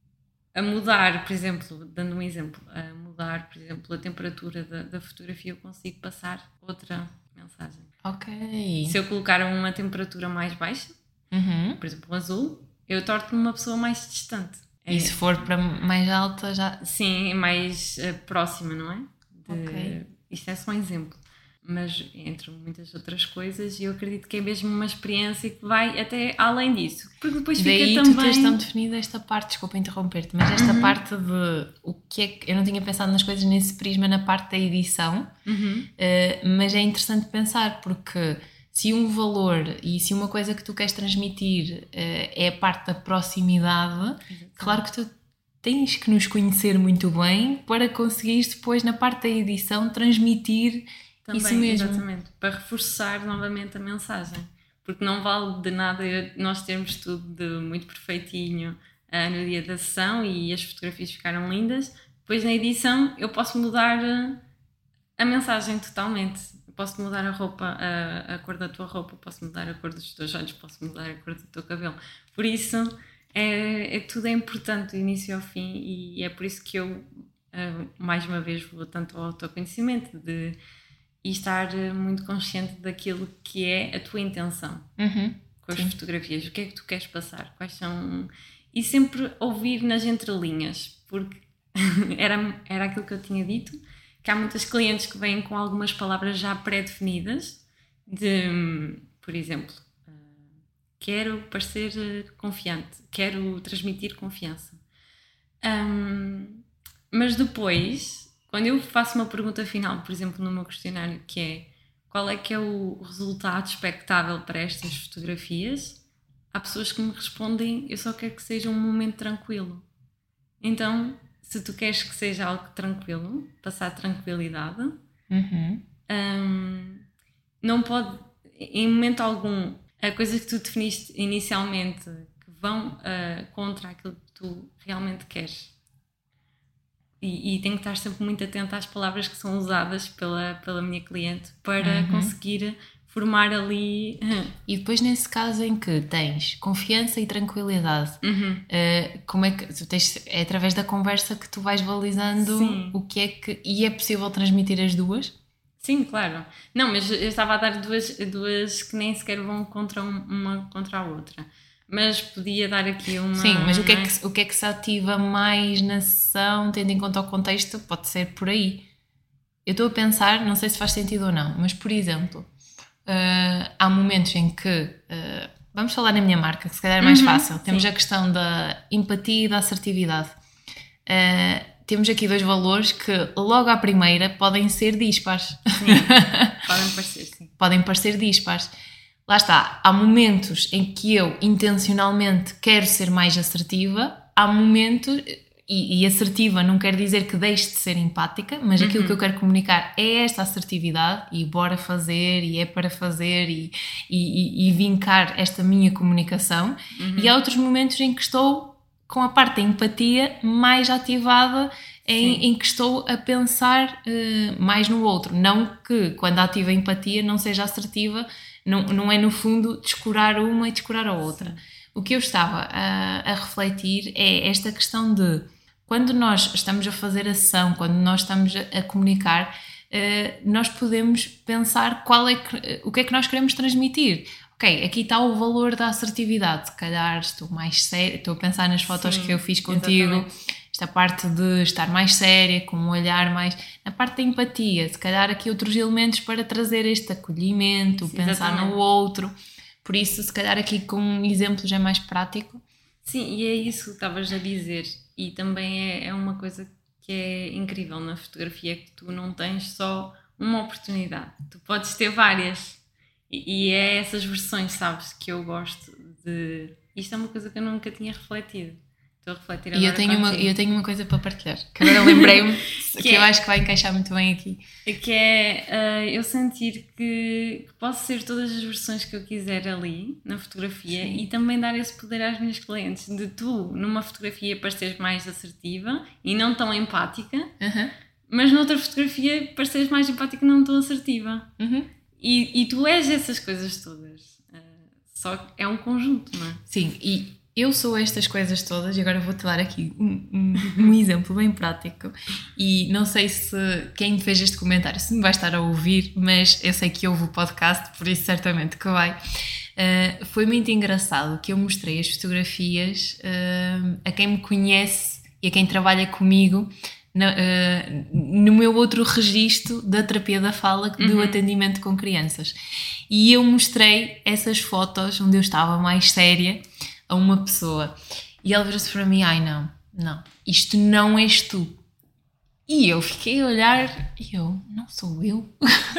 a mudar, por exemplo, dando um exemplo, a mudar, por exemplo, a temperatura da, da fotografia, eu consigo passar outra mensagem. Ok. Se eu colocar uma temperatura mais baixa, uhum. por exemplo, um azul, eu torno-me uma pessoa mais distante. E é, se for para mais alta já... Sim, mais uh, próxima, não é? De, ok. Isto é só um exemplo. Mas entre muitas outras coisas, eu acredito que é mesmo uma experiência que vai até além disso. Porque depois fica daí também... tu tens tão definida esta parte, desculpa interromper-te, mas esta uhum. parte de... o que é que eu não tinha pensado nas coisas nesse prisma na parte da edição, uhum. uh, mas é interessante pensar, porque... se um valor e se uma coisa que tu queres transmitir uh, é a parte da proximidade, exatamente. Claro que tu tens que nos conhecer muito bem para conseguires depois na parte da edição transmitir também, isso mesmo. Exatamente, para reforçar novamente a mensagem, porque não vale de nada nós termos tudo de muito perfeitinho uh, no dia da sessão e as fotografias ficaram lindas, depois na edição eu posso mudar uh, a mensagem totalmente. Posso mudar a roupa, a, a cor da tua roupa, posso mudar a cor dos teus olhos, posso mudar a cor do teu cabelo. Por isso, é, é, tudo é importante do início ao fim, e é por isso que eu, mais uma vez, vou tanto ao autoconhecimento de, e estar muito consciente daquilo que é a tua intenção uhum. com as Sim. fotografias. O que é que tu queres passar? Quais são... E sempre ouvir nas entrelinhas, porque era, era aquilo que eu tinha dito, que há muitas clientes que vêm com algumas palavras já pré-definidas, de, por exemplo, uh, quero parecer confiante, quero transmitir confiança. Um, mas depois, quando eu faço uma pergunta final, por exemplo, no meu questionário, que é qual é que é o resultado expectável para estas fotografias, há pessoas que me respondem, eu só quero que seja um momento tranquilo. Então, se tu queres que seja algo tranquilo, passar tranquilidade, uhum. um, não pode, em momento algum, a coisa que tu definiste inicialmente que vão uh, contra aquilo que tu realmente queres. E, e tenho que estar sempre muito atenta às palavras que são usadas pela, pela minha cliente para uhum. conseguir formar ali... E depois nesse caso em que tens confiança e tranquilidade, uhum. uh, como é que tu tens, é através da conversa que tu vais balizando Sim. o que é que... E é possível transmitir as duas? Sim, claro. Não, mas eu estava a dar duas, duas que nem sequer vão contra uma contra a outra. Mas podia dar aqui uma... Sim, mas o que, é que, o que é que se ativa mais na sessão, tendo em conta o contexto, pode ser por aí. Eu estou a pensar, não sei se faz sentido ou não, mas por exemplo, uh, há momentos em que, uh, vamos falar na minha marca, que se calhar é mais uhum, fácil, temos sim. a questão da empatia e da assertividade. Uh, temos aqui dois valores que logo à primeira podem ser dispares. Sim, podem parecer, sim. Podem parecer dispares. Lá está, há momentos em que eu intencionalmente quero ser mais assertiva, há momentos, e, e assertiva não quer dizer que deixe de ser empática, mas uhum. aquilo que eu quero comunicar é esta assertividade e bora fazer, e é para fazer, e, e, e vincar esta minha comunicação. Uhum. E há outros momentos em que estou com a parte da empatia mais ativada, em, em que estou a pensar uh, mais no outro. Não que quando ativo a empatia não seja assertiva, Não, não é no fundo descurar uma e descurar a outra. Sim. O que eu estava a, a refletir é esta questão de quando nós estamos a fazer ação, quando nós estamos a, a comunicar, uh, nós podemos pensar qual é que, o que é que nós queremos transmitir. Ok, aqui está o valor da assertividade, se calhar estou mais séria, estou a pensar nas fotos Sim, que eu fiz contigo, exatamente. Esta parte de estar mais séria, com um olhar mais... Na parte da empatia, se calhar aqui outros elementos para trazer este acolhimento, Sim, pensar exatamente. No outro. Por isso, se calhar aqui com exemplos é mais prático. Sim, e é isso que estavas a dizer. E também é, é uma coisa que é incrível na fotografia, que tu não tens só uma oportunidade. Tu podes ter várias. E, e é essas versões, sabes, que eu gosto de... Isto é uma coisa que eu nunca tinha refletido. Estou a refletir agora. E eu tenho, uma, eu tenho uma coisa para partilhar, que agora lembrei-me que, que é, eu acho que vai encaixar muito bem aqui. Que é uh, eu sentir que, que posso ser todas as versões que eu quiser ali, na fotografia, Sim. e também dar esse poder às minhas clientes, de tu, numa fotografia, pareceres mais assertiva e não tão empática, uh-huh. mas noutra fotografia pareceres mais empática e não tão assertiva. Uhum. E, e tu és essas coisas todas. Uh, só que é um conjunto, não é? Sim, e eu sou estas coisas todas, e agora vou-te dar aqui um, um, um exemplo bem prático. E não sei se quem fez este comentário se me vai estar a ouvir, mas eu sei que ouve o podcast, por isso certamente que vai. Uh, foi muito engraçado que eu mostrei as fotografias uh, a quem me conhece e a quem trabalha comigo no, uh, no meu outro registro da terapia da fala, do uhum. atendimento com crianças. E eu mostrei essas fotos onde eu estava mais séria a uma pessoa. E ela virou-se para mim, ai não, não, isto não és tu. E eu fiquei a olhar e eu, não sou eu.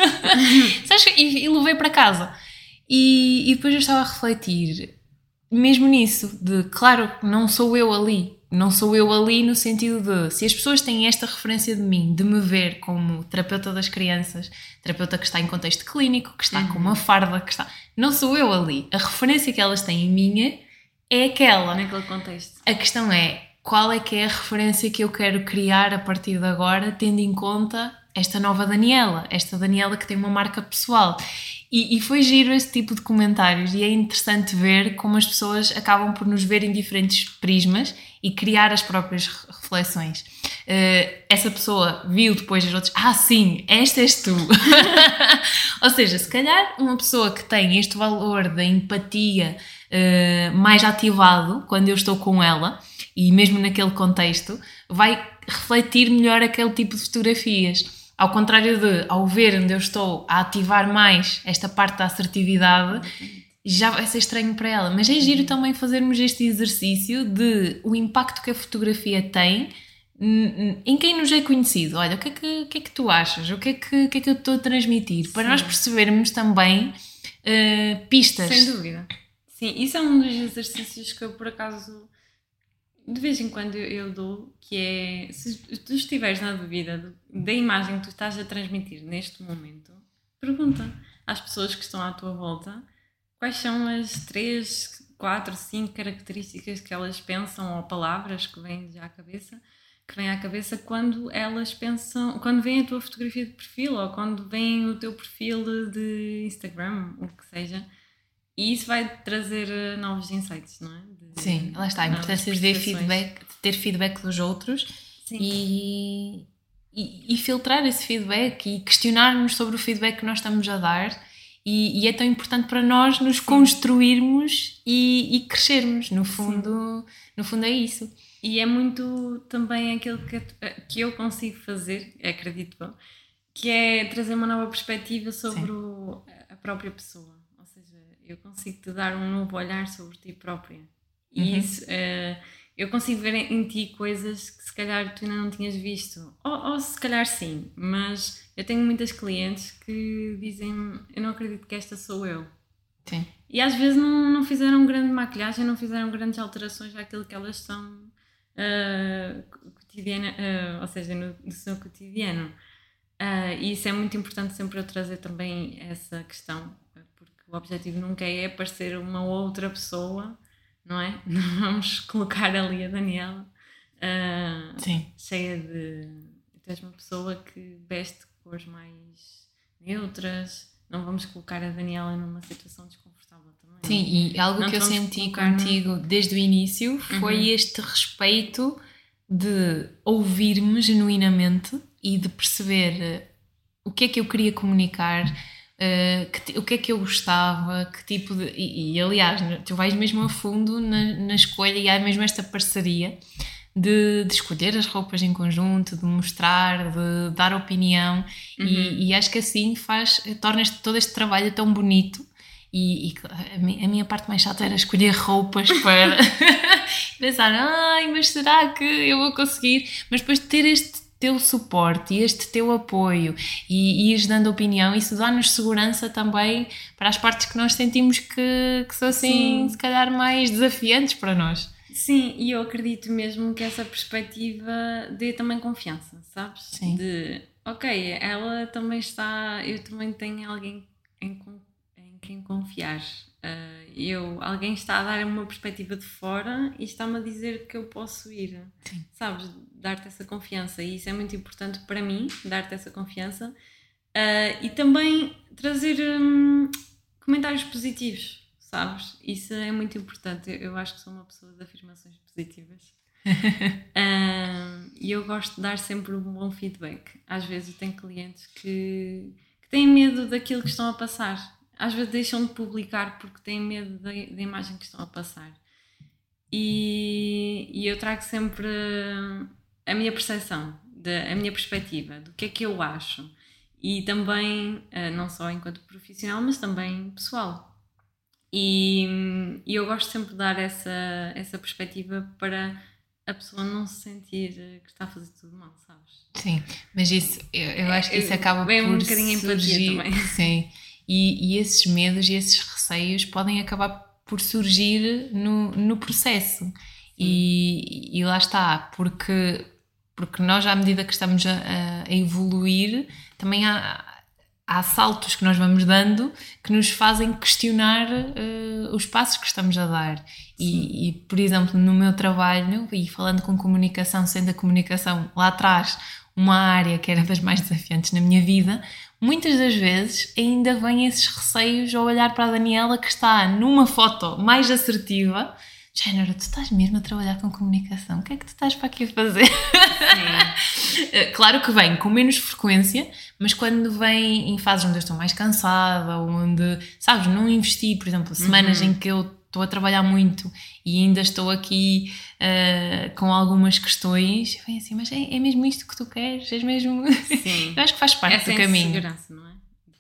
e, e levei para casa. E, e depois eu estava a refletir, mesmo nisso, de claro, não sou eu ali. Não sou eu ali no sentido de, se as pessoas têm esta referência de mim, de me ver como terapeuta das crianças, terapeuta que está em contexto clínico, que está uhum. com uma farda, que está... Não sou eu ali. A referência que elas têm em mim é aquela. Naquele contexto. A questão é, qual é que é a referência que eu quero criar a partir de agora, tendo em conta esta nova Daniela, esta Daniela que tem uma marca pessoal. E, e foi giro esse tipo de comentários, e é interessante ver como as pessoas acabam por nos ver em diferentes prismas e criar as próprias reflexões. Uh, essa pessoa viu depois as outras, ah sim, esta és tu. Ou seja, se calhar uma pessoa que tem este valor da empatia uh, mais ativado quando eu estou com ela, e mesmo naquele contexto, vai refletir melhor aquele tipo de fotografias. Ao contrário de, ao ver onde eu estou a ativar mais esta parte da assertividade, já vai ser estranho para ela. Mas é giro também fazermos este exercício de o impacto que a fotografia tem em quem nos é conhecido. Olha, o que é que, o que, é que tu achas? O que é que, o que é que eu estou a transmitir? Para Sim. nós percebermos também uh, pistas. Sem dúvida. Sim, isso é um dos exercícios que eu, por acaso, de vez em quando eu, eu dou, que é, se tu estiveres na dúvida da imagem que tu estás a transmitir neste momento, pergunta às pessoas que estão à tua volta quais são as três, quatro, cinco características que elas pensam, ou palavras que vêm já à cabeça, que vêm à cabeça quando elas pensam, quando veem a tua fotografia de perfil, ou quando veem o teu perfil de Instagram, o que seja. E isso vai trazer novos insights, não é? De, Sim, lá está, a importância de ter feedback, de ter feedback dos outros e, e, e filtrar esse feedback e questionar-nos sobre o feedback que nós estamos a dar. E, e é tão importante para nós nos Sim. construirmos e, e crescermos. No fundo, no fundo é isso. E é muito também aquilo que, que eu consigo fazer, acredito eu, que é trazer uma nova perspectiva sobre o, a própria pessoa. Ou seja, eu consigo te dar um novo olhar sobre ti própria. E uhum. isso, uh, eu consigo ver em, em ti coisas que se calhar tu ainda não tinhas visto. Ou, ou se calhar sim, mas eu tenho muitas clientes que dizem, eu não acredito que esta sou eu. Sim. E às vezes não, não fizeram grande maquilhagem, não fizeram grandes alterações àquilo que elas são uh, cotidiana, uh, ou seja, no, no seu cotidiano. Uh, e isso é muito importante sempre eu trazer também essa questão, porque o objetivo nunca é parecer uma outra pessoa, não é? Não vamos colocar ali a Daniela uh, cheia de... Tu és uma pessoa que veste cores mais neutras, não vamos colocar a Daniela numa situação desconfortável também. Sim, e algo não que eu senti contigo no... desde o início foi uhum. este respeito de ouvir-me genuinamente e de perceber uh, o que é que eu queria comunicar, uh, que, o que é que eu gostava, que tipo de... E, e aliás, tu vais mesmo a fundo na, na escolha e há mesmo esta parceria de, de escolher as roupas em conjunto, de mostrar, de dar opinião uhum. e, e acho que assim faz, torna este, todo este trabalho tão bonito. E, e a, minha, a minha parte mais chata era escolher roupas para pensar, ai, mas será que eu vou conseguir? Mas depois de ter este teu suporte e este teu apoio e, e ires dando opinião, isso dá-nos segurança também para as partes que nós sentimos que, que são assim, Sim. se calhar mais desafiantes para nós. Sim, e eu acredito mesmo que essa perspectiva dê também confiança, sabes? Sim. De, ok, ela também está, eu também tenho alguém em, em quem confiar. Uh, eu, alguém está a dar uma perspectiva de fora e está-me a dizer que eu posso ir. Sim. Sabes? Dar-te essa confiança. E isso é muito importante para mim, dar-te essa confiança. Uh, e também trazer um, comentários positivos. Sabes? Isso é muito importante. Eu, eu acho que sou uma pessoa de afirmações positivas. uh, e eu gosto de dar sempre um bom feedback. Às vezes eu tenho clientes que, que têm medo daquilo que estão a passar. Às vezes deixam de publicar porque têm medo da, da imagem que estão a passar. E, e eu trago sempre a minha percepção, a minha perspectiva, do que é que eu acho. E também, uh, não só enquanto profissional, mas também pessoal. E, e eu gosto sempre de dar essa, essa perspectiva para a pessoa não se sentir que está a fazer tudo mal, sabes? Sim, mas isso, eu, eu acho que isso acaba Bem, por um bocadinho surgir, empatia também. Sim, e, e esses medos e esses receios podem acabar por surgir no, no processo. E, e lá está, porque, porque nós, à medida que estamos a, a evoluir, também há... há saltos que nós vamos dando que nos fazem questionar uh, os passos que estamos a dar. E, e, por exemplo, no meu trabalho, e falando com comunicação, sendo a comunicação lá atrás uma área que era das mais desafiantes na minha vida, muitas das vezes ainda vêm esses receios ao olhar para a Daniela que está numa foto mais assertiva. Género, tu estás mesmo a trabalhar com comunicação? O que é que tu estás para aqui a fazer? Claro que vem com menos frequência, mas quando vem em fases onde eu estou mais cansada, onde, sabes, não investi, por exemplo, semanas uhum. em que eu estou a trabalhar muito e ainda estou aqui uh, com algumas questões, vem assim, mas é, é mesmo isto que tu queres? És mesmo... Sim. Eu acho que faz parte Essa do caminho. Segurança, não é?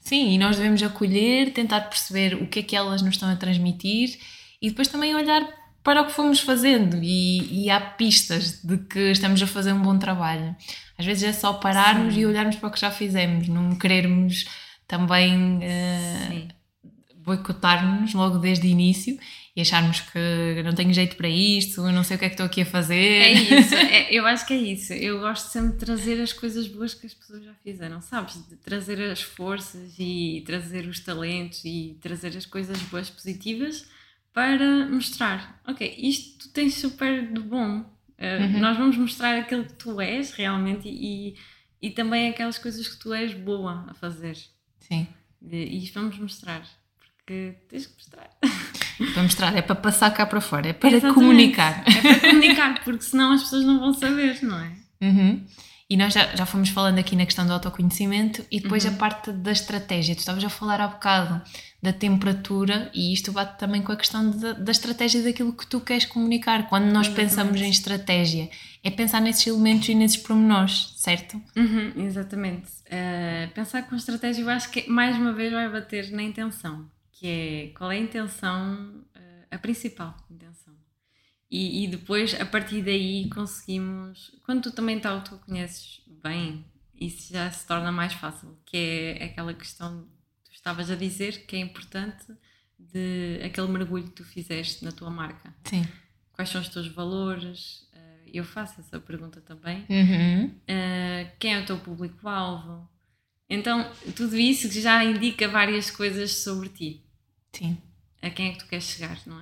Sim, e nós devemos acolher, tentar perceber o que é que elas nos estão a transmitir e depois também olhar para o que fomos fazendo e, e há pistas de que estamos a fazer um bom trabalho. Às vezes é só pararmos Sim. e olharmos para o que já fizemos, não querermos também uh, boicotar-nos logo desde o início e acharmos que não tenho jeito para isto, eu não sei o que é que estou aqui a fazer. É isso, é, eu acho que é isso. Eu gosto sempre de trazer as coisas boas que as pessoas já fizeram, sabes? De trazer as forças e trazer os talentos e trazer as coisas boas, positivas para mostrar, ok, isto tu tens super de bom. Uh, uhum. Nós vamos mostrar aquilo que tu és realmente e, e também aquelas coisas que tu és boa a fazer. Sim. E isto vamos mostrar, porque tens que mostrar. Para mostrar, é para passar cá para fora, é para Exatamente. comunicar. É para comunicar, porque senão as pessoas não vão saber, não é? Uhum. E nós já, já fomos falando aqui na questão do autoconhecimento e depois uhum. a parte da estratégia. Tu estavas a falar há bocado da temperatura e isto bate também com a questão de, da estratégia daquilo que tu queres comunicar. Quando nós exatamente. Pensamos em estratégia, é pensar nesses elementos e nesses pormenores, certo? Uhum, exatamente. Uh, pensar com estratégia, eu acho que mais uma vez vai bater na intenção, que é qual é a intenção, uh, a principal intenção. E, e depois, a partir daí, conseguimos... Quando tu também te autoconheces bem, isso já se torna mais fácil, que é aquela questão que tu estavas a dizer, que é importante, de aquele mergulho que tu fizeste na tua marca. Sim. Quais são os teus valores? Eu faço essa pergunta também. Uhum. Quem é o teu público-alvo? Então, tudo isso já indica várias coisas sobre ti. Sim. A quem é que tu queres chegar, não é?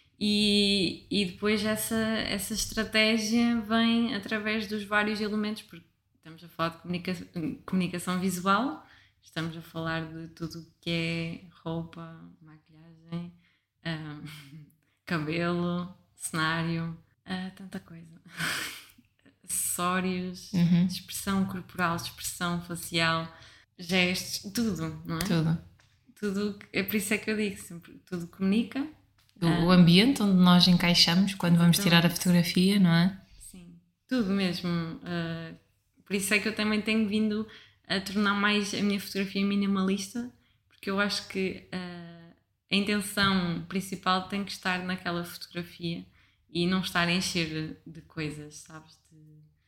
E, e depois essa, essa estratégia vem através dos vários elementos, porque estamos a falar de comunica- comunicação visual, estamos a falar de tudo o que é roupa, maquilhagem, um, cabelo, cenário, uh, tanta coisa. Acessórios, uhum. expressão corporal, expressão facial, gestos, tudo, não é? Tudo. Tudo, é por isso é que eu digo sempre, tudo comunica. O ambiente onde nós encaixamos quando vamos tirar a fotografia, não é? Sim, tudo mesmo. Uh, por isso é que eu também tenho vindo a tornar mais a minha fotografia minimalista, porque eu acho que uh, a intenção principal tem que estar naquela fotografia e não estar a encher de coisas, sabes? De,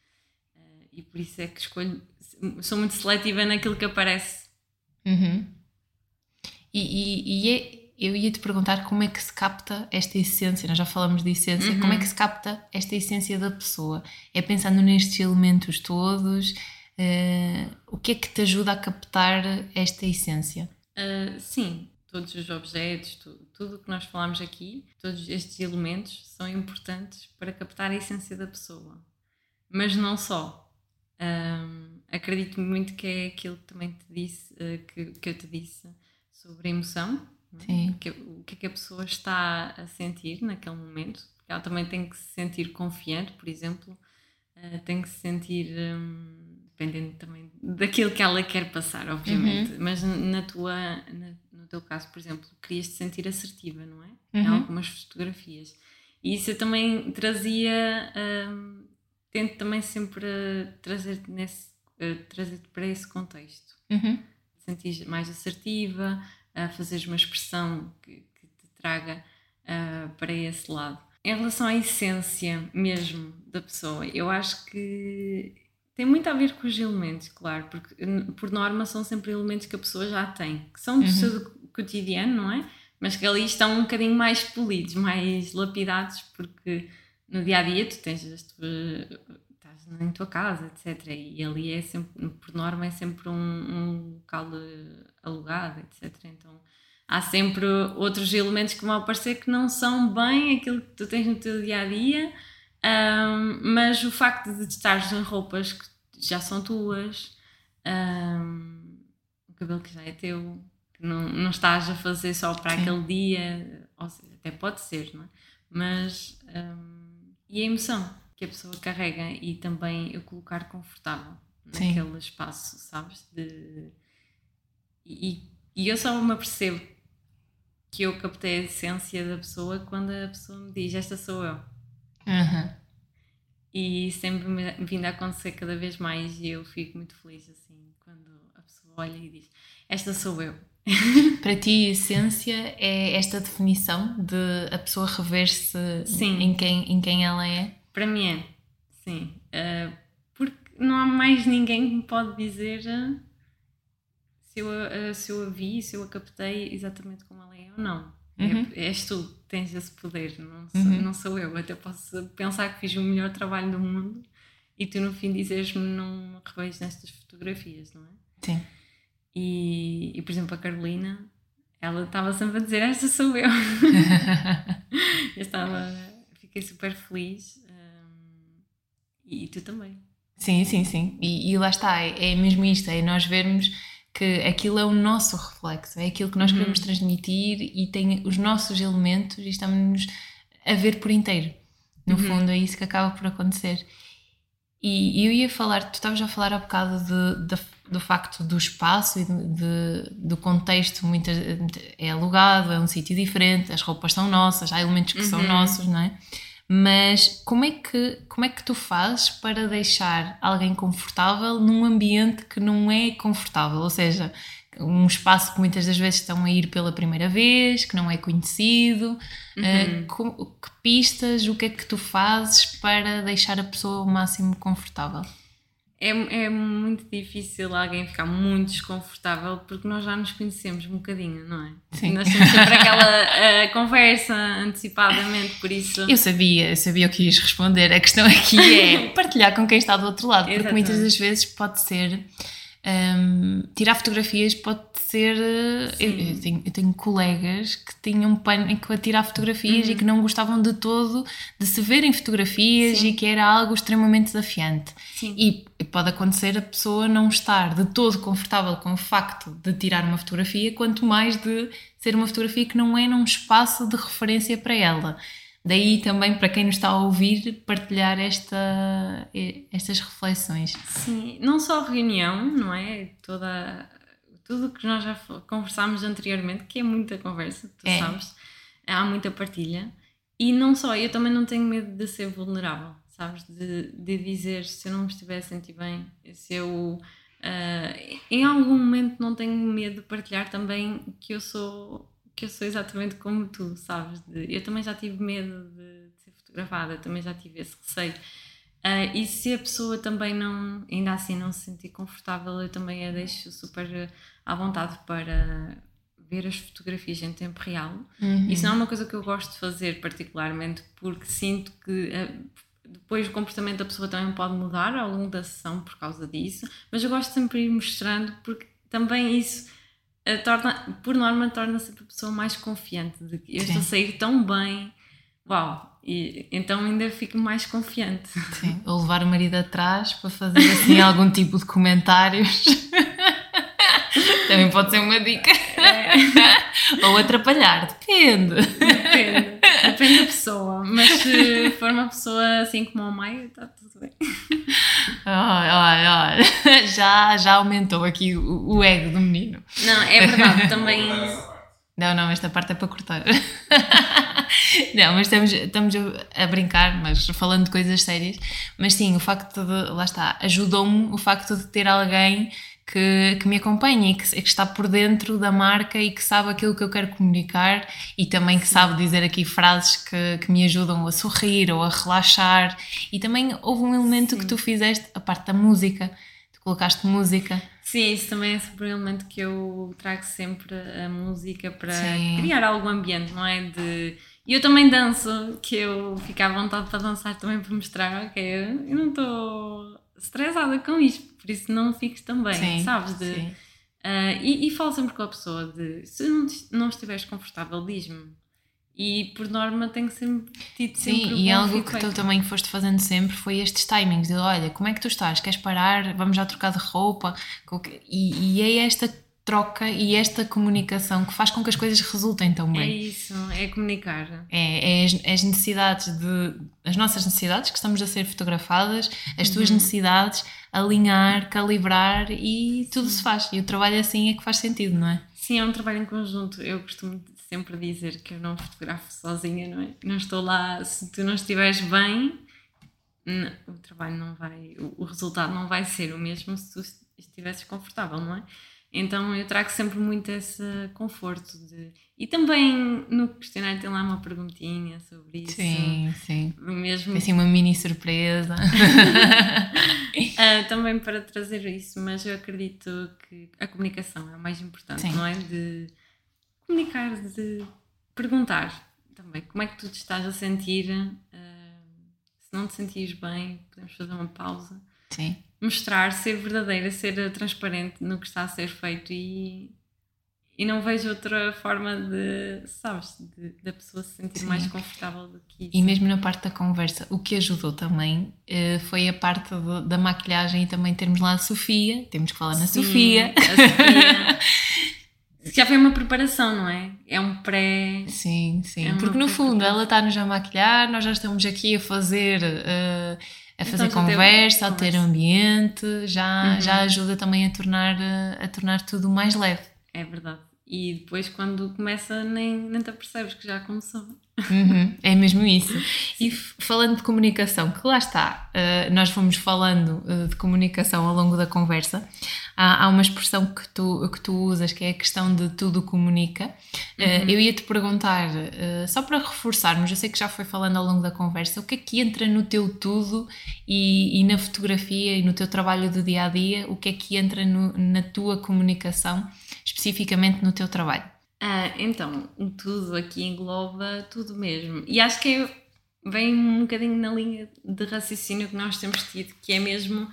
uh, e por isso é que escolho, sou muito seletiva naquilo que aparece. Uhum. E, e, e é... Eu ia-te perguntar como é que se capta esta essência, nós já falamos de essência, uhum. como é que se capta esta essência da pessoa? É pensando nestes elementos todos, uh, o que é que te ajuda a captar esta essência? Uh, sim, todos os objetos, tu, tudo o que nós falamos aqui, todos estes elementos são importantes para captar a essência da pessoa. Mas não só. Um, acredito muito que é aquilo que também te disse, uh, que, que eu te disse sobre a emoção. Sim. O que, o que é que a pessoa está a sentir naquele momento, porque ela também tem que se sentir confiante, por exemplo, uh, tem que se sentir um, dependendo também daquilo que ela quer passar, obviamente, uhum. mas na tua, na, no teu caso, por exemplo, querias te sentir assertiva, não é? Uhum. Em algumas fotografias, e isso eu também trazia, um, tento também sempre trazer-te nesse, uh, trazer-te para esse contexto, uhum. sentir mais assertiva, a fazeres uma expressão que, que te traga uh, para esse lado. Em relação à essência mesmo da pessoa, eu acho que tem muito a ver com os elementos, claro, porque por norma são sempre elementos que a pessoa já tem, que são do uhum. seu cotidiano, não é? Mas que ali estão um bocadinho mais polidos, mais lapidados, porque no dia-a-dia tu tens as tuas... estás em tua casa, etcétera. E ali é sempre, por norma, é sempre um, um local alugado, etcétera. Então há sempre outros elementos que vão aparecer que não são bem aquilo que tu tens no teu dia-a-dia, um, mas o facto de estares em roupas que já são tuas, um, o cabelo que já é teu, que não, não estás a fazer só para Sim. aquele dia, ou seja, até pode ser, não é? Mas um, e a emoção que a pessoa carrega e também eu colocar confortável Sim. naquele espaço, sabes? De, e, e eu só me apercebo que eu captei a essência da pessoa quando a pessoa me diz, esta sou eu. Uhum. e sempre me vindo a acontecer cada vez mais e eu fico muito feliz assim quando a pessoa olha e diz: esta sou eu. Para ti, a essência é esta definição de a pessoa rever-se em quem, em quem ela é? Para mim é, sim. Uh, porque não há mais ninguém que me pode dizer uh, se, eu, uh, se eu a vi, se eu a captei exatamente como ela é ou não. Uhum. É, és tu que tens esse poder, não sou, uhum. não sou eu. Até posso pensar que fiz o melhor trabalho do mundo e tu no fim dizes-me não me revejo nestas fotografias, não é? Sim. E, e por exemplo a Carolina, ela estava sempre a dizer: esta sou eu. Eu estava, fiquei super feliz um, e, e tu também. Sim, sim, sim, e, e lá está, é, é mesmo isto, é nós vermos que aquilo é o nosso reflexo, é aquilo que nós uhum. queremos transmitir e tem os nossos elementos e estamos a ver por inteiro. No uhum. fundo é isso que acaba por acontecer. E eu ia falar, tu estavas a falar há bocado de, de, do facto do espaço e de, de, do contexto, muitas, é alugado, é um sítio diferente, as roupas são nossas, há elementos que uhum. são nossos, não é? Mas como é, que, como é que tu fazes para deixar alguém confortável num ambiente que não é confortável? Ou seja, um espaço que muitas das vezes estão a ir pela primeira vez, que não é conhecido. Uhum. Uh, com, que pistas, o que é que tu fazes para deixar a pessoa o máximo confortável? É, é muito difícil alguém ficar muito desconfortável porque nós já nos conhecemos um bocadinho, não é? Sim. Nós temos sempre aquela uh, conversa antecipadamente, por isso... Eu sabia, eu sabia o que ias responder. A questão aqui é partilhar com quem está do outro lado, porque Exatamente. Muitas das vezes pode ser... Um, tirar fotografias pode ser... Eu, eu, tenho, eu tenho colegas que tinham pânico a tirar fotografias uhum. e que não gostavam de todo de se verem fotografias Sim. e que era algo extremamente desafiante. Sim. E pode acontecer a pessoa não estar de todo confortável com o facto de tirar uma fotografia, quanto mais de ser uma fotografia que não é num espaço de referência para ela. Daí também, para quem nos está a ouvir, partilhar esta, estas reflexões. Sim, não só a reunião, não é? Toda, tudo o que nós já conversámos anteriormente, que é muita conversa, tu é. sabes, há muita partilha. E não só, eu também não tenho medo de ser vulnerável, sabes? De, de dizer se eu não me estiver a sentir bem, se eu... Uh, em algum momento não tenho medo de partilhar também que eu sou... que eu sou exatamente como tu, sabes? De, eu também já tive medo de, de ser fotografada, eu também já tive esse receio. Uh, e se a pessoa também não, ainda assim não se sentir confortável, eu também a deixo super à vontade para ver as fotografias em tempo real. Uhum. Isso não é uma coisa que eu gosto de fazer particularmente, porque sinto que uh, depois o comportamento da pessoa também pode mudar ao longo da sessão por causa disso, mas eu gosto sempre de ir mostrando, porque também isso... Torna, por norma, torna sempre a pessoa mais confiante de que eu Sim. estou a sair tão bem, uau, e então ainda fico mais confiante. Sim, ou levar o marido atrás para fazer assim algum tipo de comentários. Também pode ser uma dica. É. Ou atrapalhar, depende. Depende, depende da pessoa, mas se for uma pessoa assim como o Maio, está tudo bem. Olha, olha, olha, já, já aumentou aqui o, o ego do menino. Não, é verdade, também... Não, não, esta parte é para cortar. Não, mas estamos, estamos a brincar, mas falando de coisas sérias. Mas sim, o facto de, lá está, ajudou-me o facto de ter alguém que, que me acompanha e que, que está por dentro da marca e que sabe aquilo que eu quero comunicar e também que sabe dizer aqui frases que, que me ajudam a sorrir ou a relaxar. E também houve um elemento Sim. que tu fizeste, a parte da música, tu colocaste música. Sim, isso também é sempre um elemento que eu trago sempre, a música, para Sim. criar algum ambiente, não é? De... E eu também danço, que eu fico à vontade para dançar também, para mostrar, ok, eu não estou estressada com isto, por isso não fiques também, sim, sabes? De, sim. Uh, e, e falo sempre com a pessoa de, se não, não estiveres confortável, diz-me. E por norma tenho sempre tido sempre Sim, o e bom algo feedback. Que tu também foste fazendo sempre foi estes timings de olha, como é que tu estás? Queres parar? Vamos já trocar de roupa? E, e é esta troca e esta comunicação que faz com que as coisas resultem tão bem. É isso, é comunicar. É, é as, as necessidades de... as nossas necessidades que estamos a ser fotografadas, as tuas uhum. necessidades, alinhar, calibrar e tudo Sim. se faz. E o trabalho assim é que faz sentido, não é? Sim, é um trabalho em conjunto. Eu costumo sempre dizer que eu não fotografo sozinha, não é? Não estou lá, se tu não estiveres bem, o trabalho não vai, o resultado não vai ser o mesmo se tu estivesses confortável, não é? Então eu trago sempre muito esse conforto de... E também no questionário tem lá uma perguntinha sobre isso. Sim, sim. Mesmo... Assim uma mini surpresa. uh, também para trazer isso, mas eu acredito que a comunicação é o mais importante, sim. Não é? De comunicar, de perguntar também como é que tu te estás a sentir. Uh, se não te sentires bem, podemos fazer uma pausa. Sim. Mostrar, ser verdadeira, ser transparente no que está a ser feito e, e não vejo outra forma de, sabes, de, de a pessoa se sentir Sim. mais confortável do que isso. E mesmo na parte da conversa, o que ajudou também uh, foi a parte de, da maquilhagem e também termos lá a Sofia, temos que falar na Sim, Sofia. A Sofia. Já foi uma preparação, não é? É um pré... Sim, sim. É Porque no fundo ela está-nos a maquilhar, nós já estamos aqui a fazer... Uh, a fazer então, conversa, a ter ambiente, já, uhum. já ajuda também a tornar, a tornar tudo mais leve. É verdade. E depois quando começa nem, nem te apercebes que já começou. Uhum. É mesmo isso. E falando de comunicação, que lá está, uh, nós fomos falando uh, de comunicação ao longo da conversa, há, há uma expressão que tu, que tu usas que é a questão de tudo comunica. Uh, uhum. Eu ia-te perguntar, uh, só para reforçarmos, eu sei que já foi falando ao longo da conversa, o que é que entra no teu tudo e, e na fotografia e no teu trabalho do dia-a-dia, o que é que entra no, na tua comunicação, especificamente no teu trabalho? Ah, então, tudo aqui engloba tudo mesmo. E acho que é, vem um bocadinho na linha de raciocínio que nós temos tido, que é mesmo...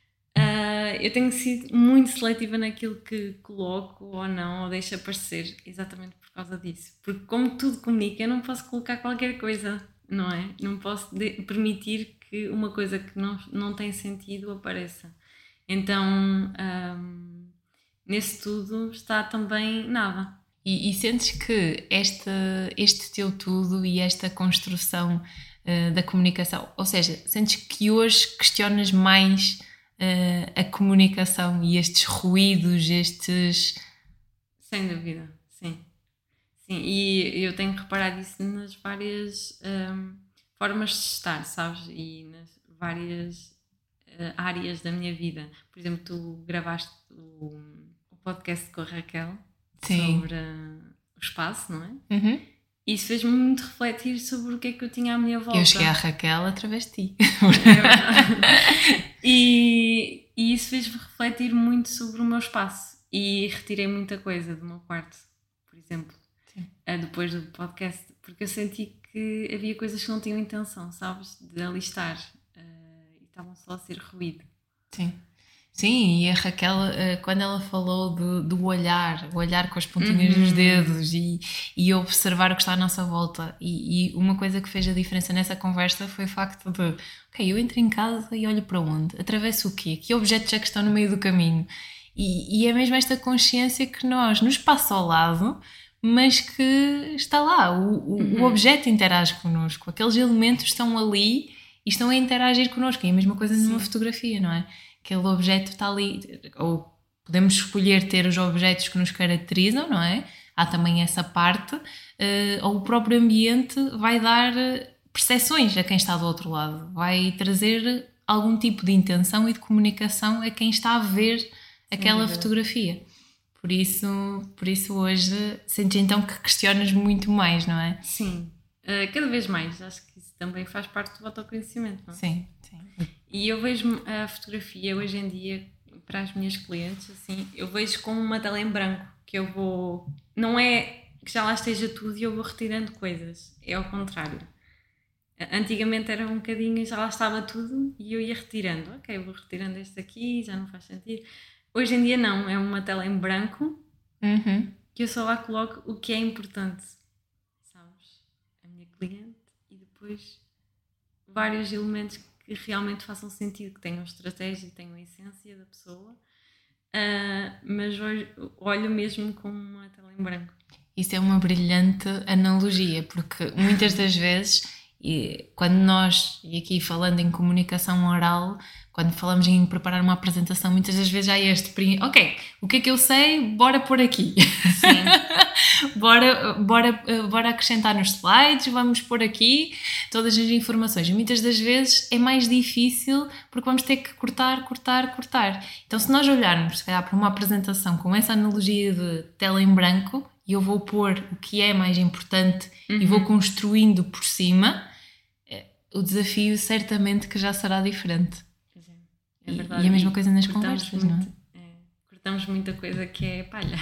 Uh, eu tenho sido muito seletiva naquilo que coloco ou não, ou deixo aparecer, exatamente por causa disso. Porque como tudo comunica, eu não posso colocar qualquer coisa, não é? Não posso de- permitir que uma coisa que não, não tem sentido apareça. Então, um, nesse tudo está também nada. E, e sentes que este, este teu tudo e esta construção uh, da comunicação, ou seja, sentes que hoje questionas mais uh, a comunicação e estes ruídos, estes... Sem dúvida, sim. Sim, e eu tenho reparado isso nas várias um, formas de estar, sabes? E nas várias uh, áreas da minha vida. Por exemplo, tu gravaste o, o podcast com a Raquel. Sim. Sobre uh, o espaço, não é? Uhum. Isso fez-me muito refletir sobre o que é que eu tinha à minha volta. Eu cheguei à Raquel através de ti. É e, e isso fez-me refletir muito sobre o meu espaço e retirei muita coisa do meu quarto, por exemplo, uh, depois do podcast, porque eu senti que havia coisas que não tinham intenção, sabes, de ali estar uh, e estavam só a ser ruído. Sim. Sim, e a Raquel, quando ela falou do, do olhar, o olhar com as pontinhas uhum. dos dedos e, e observar o que está à nossa volta, e, e uma coisa que fez a diferença nessa conversa foi o facto de, ok, eu entro em casa e olho para onde? Atravesso o quê? Que objetos é que estão no meio do caminho? E, e é mesmo esta consciência que nós, nos passa ao lado, mas que está lá, o, o, uhum. o objeto interage connosco, aqueles elementos estão ali e estão a interagir connosco, e é a mesma coisa numa Sim. fotografia, não é? Aquele objeto está ali, ou podemos escolher ter os objetos que nos caracterizam, não é? Há também essa parte, ou o próprio ambiente vai dar percepções a quem está do outro lado, vai trazer algum tipo de intenção e de comunicação a quem está a ver aquela Sim, fotografia. Por isso, por isso hoje sentes então que questionas muito mais, não é? Sim, uh, cada vez mais, acho que isso também faz parte do autoconhecimento, não é? Sim, sim. E eu vejo a fotografia hoje em dia, para as minhas clientes, assim, eu vejo como uma tela em branco, que eu vou... Não é que já lá esteja tudo e eu vou retirando coisas, é ao contrário. Antigamente era um bocadinho, já lá estava tudo e eu ia retirando. Ok, vou retirando este aqui, já não faz sentido. Hoje em dia não, é uma tela em branco uhum. que eu só lá coloco o que é importante, sabes? A minha cliente e depois vários elementos que realmente façam sentido, que tenham estratégia e tenham a essência da pessoa, uh, mas hoje olho mesmo como uma tela em branco. Isso é uma brilhante analogia, porque muitas das vezes E quando nós, e aqui falando em comunicação oral, quando falamos em preparar uma apresentação, muitas das vezes há este prin- ok, o que é que eu sei? Bora por aqui. Sim. bora, bora, bora acrescentar nos slides, vamos pôr aqui todas as informações. E muitas das vezes é mais difícil porque vamos ter que cortar, cortar, cortar. Então, se nós olharmos, se calhar, para uma apresentação com essa analogia de tela em branco, e eu vou pôr o que é mais importante uhum. e vou construindo por cima, o desafio certamente que já será diferente. É verdade. E a mesma coisa nas cortamos conversas, muito, não é? é? Cortamos muita coisa que é palha.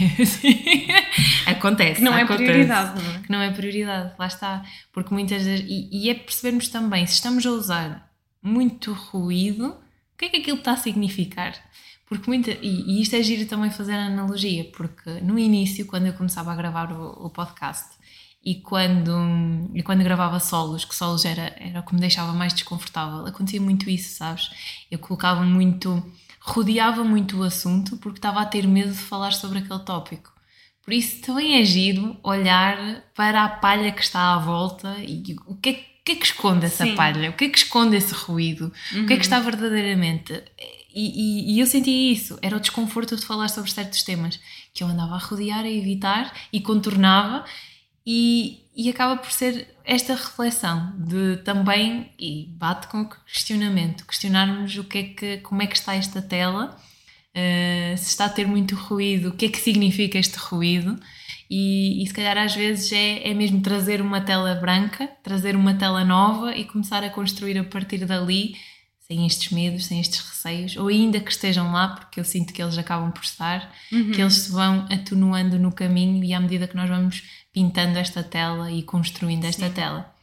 Acontece. Que não acontece, é prioridade, não é? Que não é prioridade, lá está. Porque muitas das, e, e é percebermos também, se estamos a usar muito ruído, o que é que aquilo está a significar? Porque muita, e, e isto é giro também fazer a analogia, porque no início, quando eu começava a gravar o, o podcast, e quando, e quando gravava solos, que solos era, era o que me deixava mais desconfortável, acontecia muito isso, sabes? Eu colocava muito, rodeava muito o assunto porque estava a ter medo de falar sobre aquele tópico. Por isso também é giro olhar para a palha que está à volta e o que é, o que, é que esconde essa Sim. palha, o que é que esconde esse ruído, uhum. o que é que está verdadeiramente... E, e, e eu sentia isso, era o desconforto de falar sobre certos temas, que eu andava a rodear, a evitar e contornava. E, e acaba por ser esta reflexão de também, e bate com o questionamento, questionarmos o que é que, como é que está esta tela, uh, se está a ter muito ruído, o que é que significa este ruído, e, e se calhar às vezes é, é mesmo trazer uma tela branca, trazer uma tela nova e começar a construir a partir dali, sem estes medos, sem estes receios, ou ainda que estejam lá, porque eu sinto que eles acabam por estar, uhum. que eles se vão atenuando no caminho e à medida que nós vamos pintando esta tela e construindo esta Sim. tela.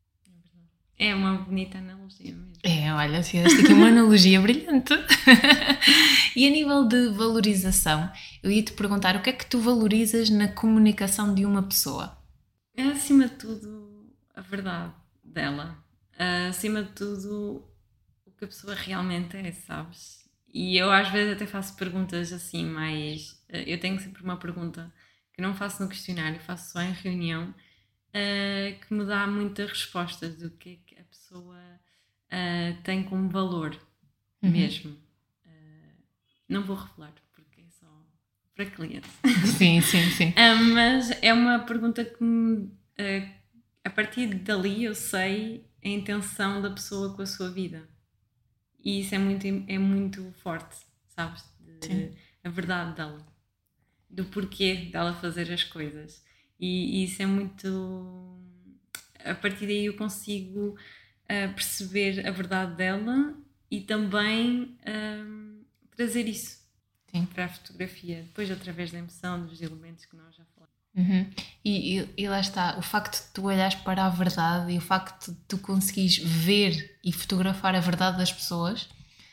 É uma bonita analogia mesmo. É, olha, fizeste aqui uma analogia brilhante. E a nível de valorização, eu ia-te perguntar o que é que tu valorizas na comunicação de uma pessoa? É, acima de tudo, a verdade dela. Acima de tudo... que a pessoa realmente é, sabes? E eu às vezes até faço perguntas assim, mas eu tenho sempre uma pergunta que não faço no questionário, faço só em reunião, uh, que me dá muitas respostas do que é que a pessoa uh, tem como valor uhum. mesmo. Uh, não vou revelar porque é só para clientes. Sim, sim, sim. uh, mas é uma pergunta que me, uh, a partir dali eu sei a intenção da pessoa com a sua vida. E isso é muito, é muito forte, sabes? De, a verdade dela. Do porquê dela fazer as coisas. E, e isso é muito... A partir daí eu consigo uh, perceber a verdade dela e também uh, trazer isso Sim. para a fotografia. Depois através da emoção, dos elementos que nós já falamos. Uhum. E, e, e lá está, o facto de tu olhares para a verdade e o facto de tu conseguires ver e fotografar a verdade das pessoas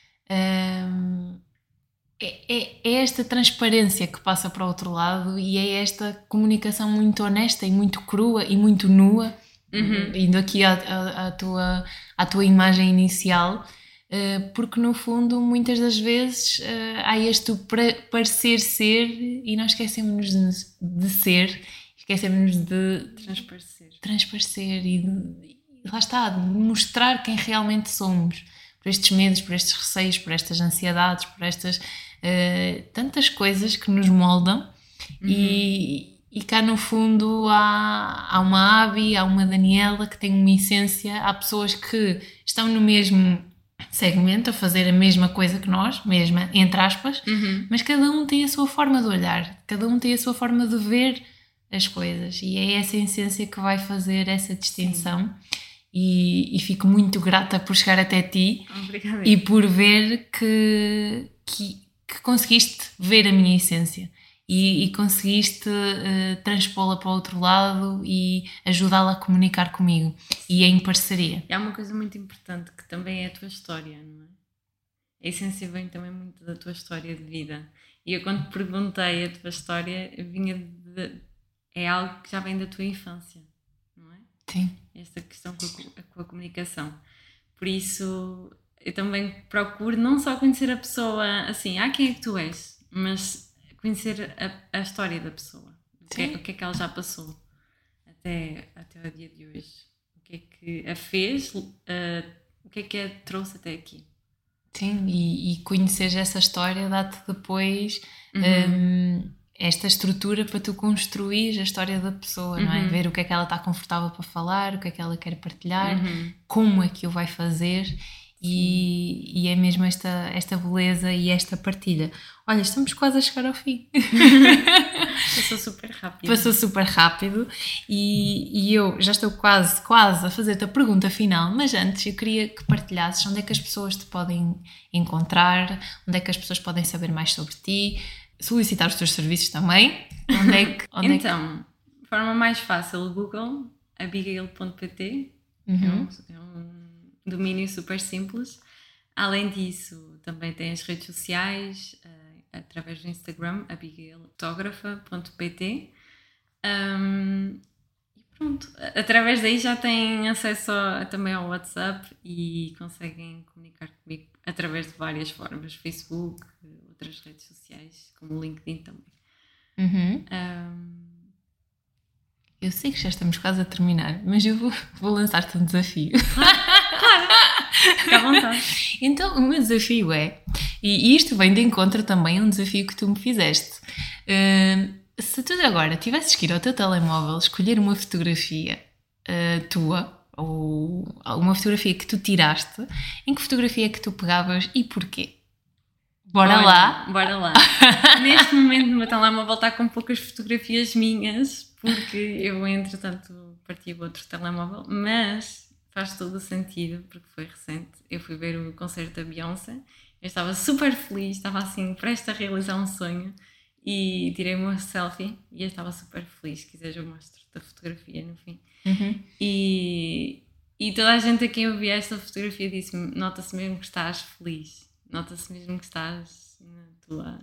hum, é, é, é esta transparência que passa para o outro lado e é esta comunicação muito honesta e muito crua e muito nua, uhum. indo aqui à, à, à, tua, à tua imagem inicial. Uh, porque no fundo muitas das vezes uh, há este parecer ser e nós esquecemos de, de ser, esquecemos de transparecer, transparecer e, de, e lá está, de mostrar quem realmente somos, por estes medos, por estes receios, por estas ansiedades, por estas uh, tantas coisas que nos moldam uhum. e, e cá no fundo há, há uma Abi, há uma Daniela que tem uma essência, há pessoas que estão no mesmo segmento a fazer a mesma coisa que nós, mesma, entre aspas, uhum. mas cada um tem a sua forma de olhar, cada um tem a sua forma de ver as coisas e é essa essência que vai fazer essa distinção e, e fico muito grata por chegar até ti Obrigada. E por ver que, que, que conseguiste ver a minha essência e, e conseguiste uh, transpô-la para o outro lado e ajudá-la a comunicar comigo e em parceria. E há uma coisa muito importante que também é a tua história, não é? A essência vem também muito da tua história de vida. E eu quando te perguntei a tua história, vinha de, é algo que já vem da tua infância, não é? Sim. Esta questão com a, com a comunicação. Por isso, eu também procuro não só conhecer a pessoa assim, ah, quem é que tu és? Mas conhecer a, a história da pessoa. O que, é, o que é que ela já passou até, até o dia de hoje. que é que a fez, uh, o que é que a trouxe até aqui. Sim, e, e conheceres essa história dá-te depois Uhum. um, esta estrutura para tu construir a história da pessoa, não é? Uhum. Ver o que é que ela está confortável para falar, o que é que ela quer partilhar, Uhum. como é que o vai fazer e, e é mesmo esta, esta beleza e esta partilha. Olha, estamos quase a chegar ao fim. Passou super rápido. Passou super rápido e, e eu já estou quase, quase a fazer-te a pergunta final, mas antes eu queria que partilhasses onde é que as pessoas te podem encontrar, onde é que as pessoas podem saber mais sobre ti, solicitar os teus serviços também. Onde é que, onde então, é que... de forma mais fácil, Google, abigail ponto pt, Uhum. é, um, é um domínio super simples. Além disso, também tem as redes sociais, uh, através do Instagram, abigail fotógrafa ponto pt. Um, e pronto, através daí já têm acesso a, também ao WhatsApp e conseguem comunicar comigo através de várias formas, Facebook, outras redes sociais, como o LinkedIn também. Uhum. Um... Eu sei que já estamos quase a terminar, mas eu vou, vou lançar-te um desafio. Claro, fica à vontade. Então, o meu desafio é, e isto vem de encontro também a um desafio que tu me fizeste. Uh, se tu agora tivesses que ir ao teu telemóvel escolher uma fotografia uh, tua, ou uma fotografia que tu tiraste, em que fotografia é que tu pegavas e porquê? Bora Olha, lá! Bora lá! Neste momento no meu telemóvel está com poucas fotografias minhas, porque eu, entretanto, parti o outro telemóvel, mas faz todo o sentido, porque foi recente. Eu fui ver o concerto da Beyoncé, eu estava super feliz, estava assim, prestes a realizar um sonho, e tirei uma selfie e eu estava super feliz. Se quiseres eu mostro-te a fotografia no fim. Uhum. E, e toda a gente a quem eu vi esta fotografia disse-me, nota-se mesmo que estás feliz, nota-se mesmo que estás na tua...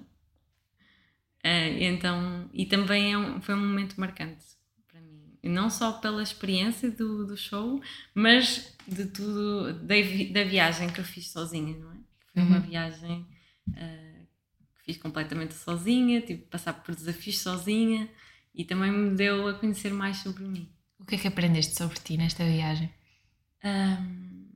Uh, então, e também é um, foi um momento marcante para mim, e não só pela experiência do, do show, mas de tudo, da, da viagem que eu fiz sozinha, não é? Foi uma Uhum. viagem uh, que fiz completamente sozinha, tive de passar por desafios sozinha e também me deu a conhecer mais sobre mim. O que é que aprendeste sobre ti nesta viagem? Um,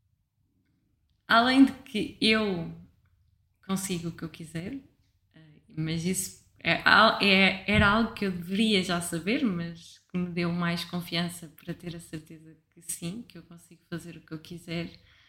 além de que eu consigo o que eu quiser, uh, mas isso É, é, era algo que eu deveria já saber, mas que me deu mais confiança para ter a certeza que sim, que eu consigo fazer o que eu quiser,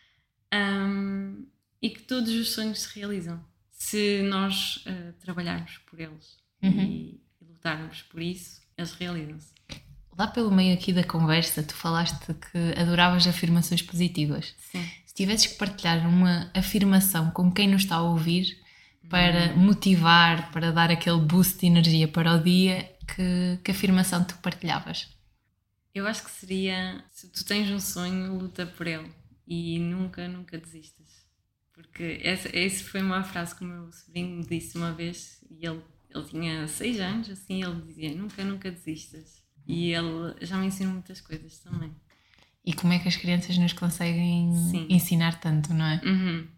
um, e que todos os sonhos se realizam se nós uh, trabalharmos por eles. Uhum. e, e lutarmos por isso, eles realizam-se. Lá pelo meio aqui da conversa tu falaste que adoravas afirmações positivas. Sim. Se tivesses que partilhar uma afirmação com quem nos está a ouvir para motivar, para dar aquele boost de energia para o dia, que, que afirmação tu partilhavas? Eu acho que seria, se tu tens um sonho, luta por ele e nunca, nunca desistas. Porque essa, essa foi uma frase que o meu sobrinho me disse uma vez, e ele, ele tinha seis anos, assim, ele dizia, nunca, nunca desistas. E ele já me ensinou muitas coisas também. E como é que as crianças nos conseguem Sim. ensinar tanto, não é? Uhum.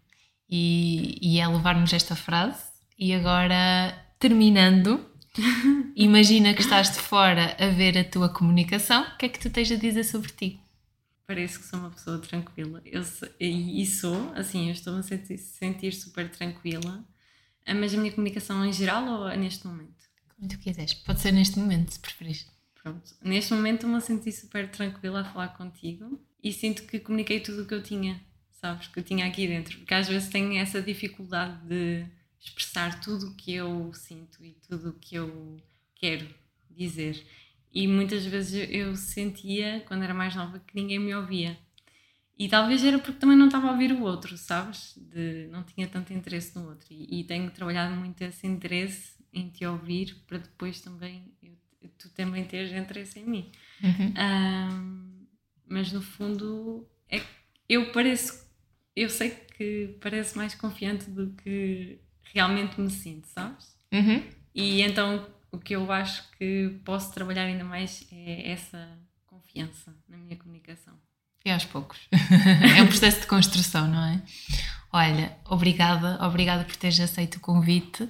E, e é levar-nos esta frase. E agora, terminando, imagina que estás de fora a ver a tua comunicação. O que é que tu tens a dizer sobre ti? Parece que sou uma pessoa tranquila. Eu sou, e sou, assim, eu estou a sentir, sentir super tranquila. Mas a minha comunicação em geral ou neste momento? Como tu quiseres. Pode ser neste momento, se preferires. Pronto. Neste momento estou-me a sentir super tranquila a falar contigo. E sinto que comuniquei tudo o que eu tinha. Sabes, que eu tinha aqui dentro, porque às vezes tenho essa dificuldade de expressar tudo o que eu sinto e tudo o que eu quero dizer, e muitas vezes eu, eu sentia, quando era mais nova, que ninguém me ouvia, e talvez era porque também não estava a ouvir o outro, sabes, de, não tinha tanto interesse no outro, e, e tenho trabalhado muito esse interesse em te ouvir, para depois também eu, tu também teres interesse em mim. Uhum. Um, mas no fundo é que eu pareço eu sei que parece mais confiante do que realmente me sinto, sabes? Uhum. E então o que eu acho que posso trabalhar ainda mais é essa confiança na minha comunicação. E aos poucos. É um processo de construção, não é? Olha, obrigada, obrigada por teres aceito o convite.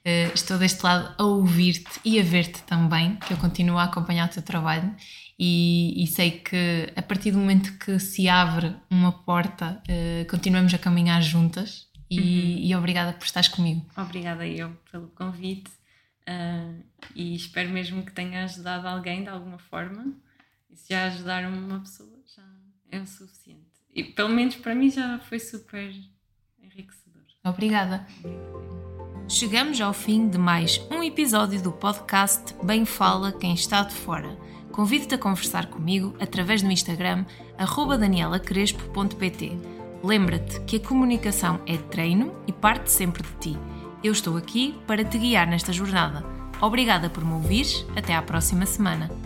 Uh, estou deste lado a ouvir-te e a ver-te também, que eu continuo a acompanhar o teu trabalho e, e sei que a partir do momento que se abre uma porta, uh, continuamos a caminhar juntas e, uhum. e obrigada por estares comigo. Obrigada eu pelo convite uh, e espero mesmo que tenha ajudado alguém de alguma forma. E se já ajudar uma pessoa já é o suficiente. E pelo menos para mim já foi super enriquecedor. Obrigada. Chegamos ao fim de mais um episódio do podcast Bem Fala Quem Está de Fora. Convido-te a conversar comigo através do Instagram arroba daniela crespo ponto pt. Lembra-te que a comunicação é treino e parte sempre de ti. Eu estou aqui para te guiar nesta jornada. Obrigada por me ouvires. Até à próxima semana.